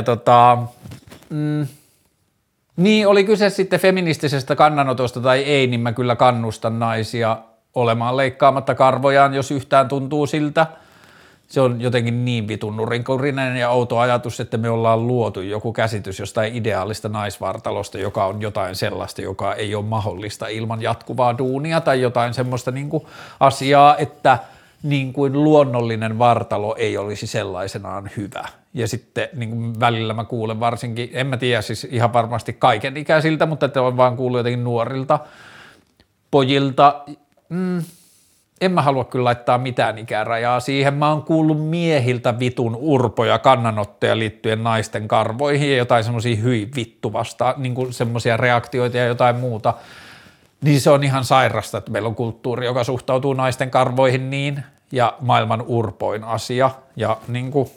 Speaker 1: niin oli kyse sitten feministisestä kannanotosta tai ei, niin mä kyllä kannustan naisia olemaan leikkaamatta karvojaan, jos yhtään tuntuu siltä. Se on jotenkin niin vitun nurinkurinen ja outo ajatus, että me ollaan luotu joku käsitys jostain ideaalista naisvartalosta, joka on jotain sellaista, joka ei ole mahdollista ilman jatkuvaa duunia tai jotain semmoista niin kuin asiaa, että niin kuin luonnollinen vartalo ei olisi sellaisenaan hyvä. Ja sitten niin kuin välillä mä kuulen varsinkin, en mä tiedä siis ihan varmasti kaiken ikäisiltä, mutta että on vaan kuullut jotenkin nuorilta pojilta. En mä halua kyllä laittaa mitään ikärajaa siihen. Mä oon kuullut miehiltä vitun urpoja kannanottoja liittyen naisten karvoihin ja jotain semmosia hyi vittu vastaan, niin kuin semmosia reaktioita ja jotain muuta. Niin se on ihan sairasta, että meillä on kulttuuri, joka suhtautuu naisten karvoihin niin, ja maailman urpoin asia, ja niin kuin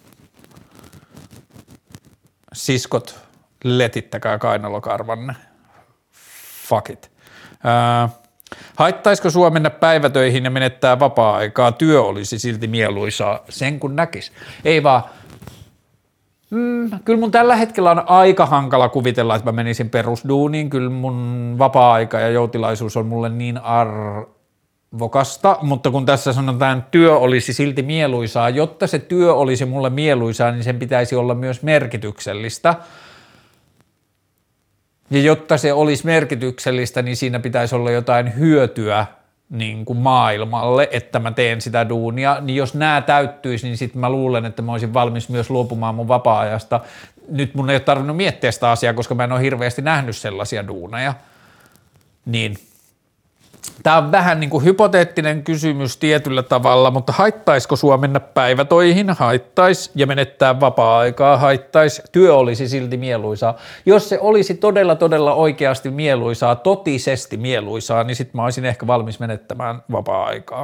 Speaker 1: siskot, letittäkää kainalokarvanne. Fuck it. Haittaisiko sua mennä päivätöihin ja menettää vapaa-aikaa? Työ olisi silti mieluisaa, sen kun näkis. Ei vaan, kyllä mun tällä hetkellä on aika hankala kuvitella, että mä menisin perusduuniin. Kyllä mun vapaa-aika ja joutilaisuus on mulle niin arvokasta, mutta kun tässä sanotaan, että työ olisi silti mieluisaa, jotta se työ olisi mulle mieluisaa, niin sen pitäisi olla myös merkityksellistä. Ja jotta se olisi merkityksellistä, niin siinä pitäisi olla jotain hyötyä niin kuin maailmalle, että mä teen sitä duunia, niin jos nämä täyttyisi, niin sitten mä luulen, että mä olisin valmis myös luopumaan mun vapaa-ajasta. Nyt mun ei ole tarvinnut miettiä sitä asiaa, koska mä en ole hirveästi nähnyt sellaisia duuneja. Niin. Tämä on vähän niin kuin hypoteettinen kysymys tietyllä tavalla, mutta haittaisiko sua mennä päivätöihin? Haittaisi, ja menettää vapaa-aikaa haittaisi. Työ olisi silti mieluisaa. Jos se olisi todella oikeasti mieluisaa, totisesti mieluisaa, niin sitten mä olisin ehkä valmis menettämään vapaa-aikaa.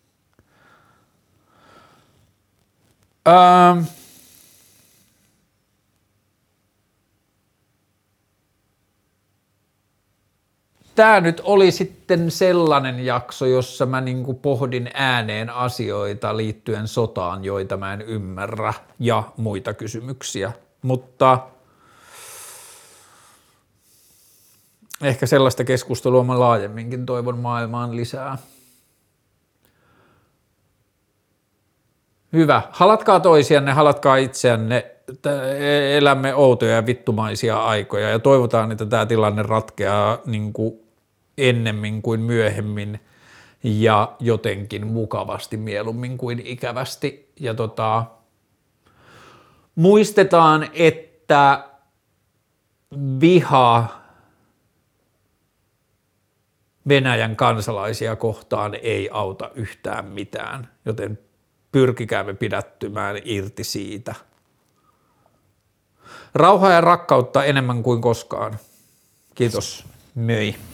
Speaker 1: Tämä nyt oli sitten sellainen jakso, jossa mä niinku pohdin ääneen asioita liittyen sotaan, joita mä en ymmärrä, ja muita kysymyksiä, mutta ehkä sellaista keskustelua mä laajemminkin toivon maailmaan lisää. Hyvä. Halatkaa toisianne, halatkaa itseänne. Elämme outoja ja vittumaisia aikoja ja toivotaan, että tämä tilanne ratkeaa niin kuin ennemmin kuin myöhemmin ja jotenkin mukavasti mieluummin kuin ikävästi. Ja muistetaan, että viha Venäjän kansalaisia kohtaan ei auta yhtään mitään, joten pyrkikäämme pidättymään irti siitä. Rauhaa ja rakkautta enemmän kuin koskaan. Kiitos. Moi.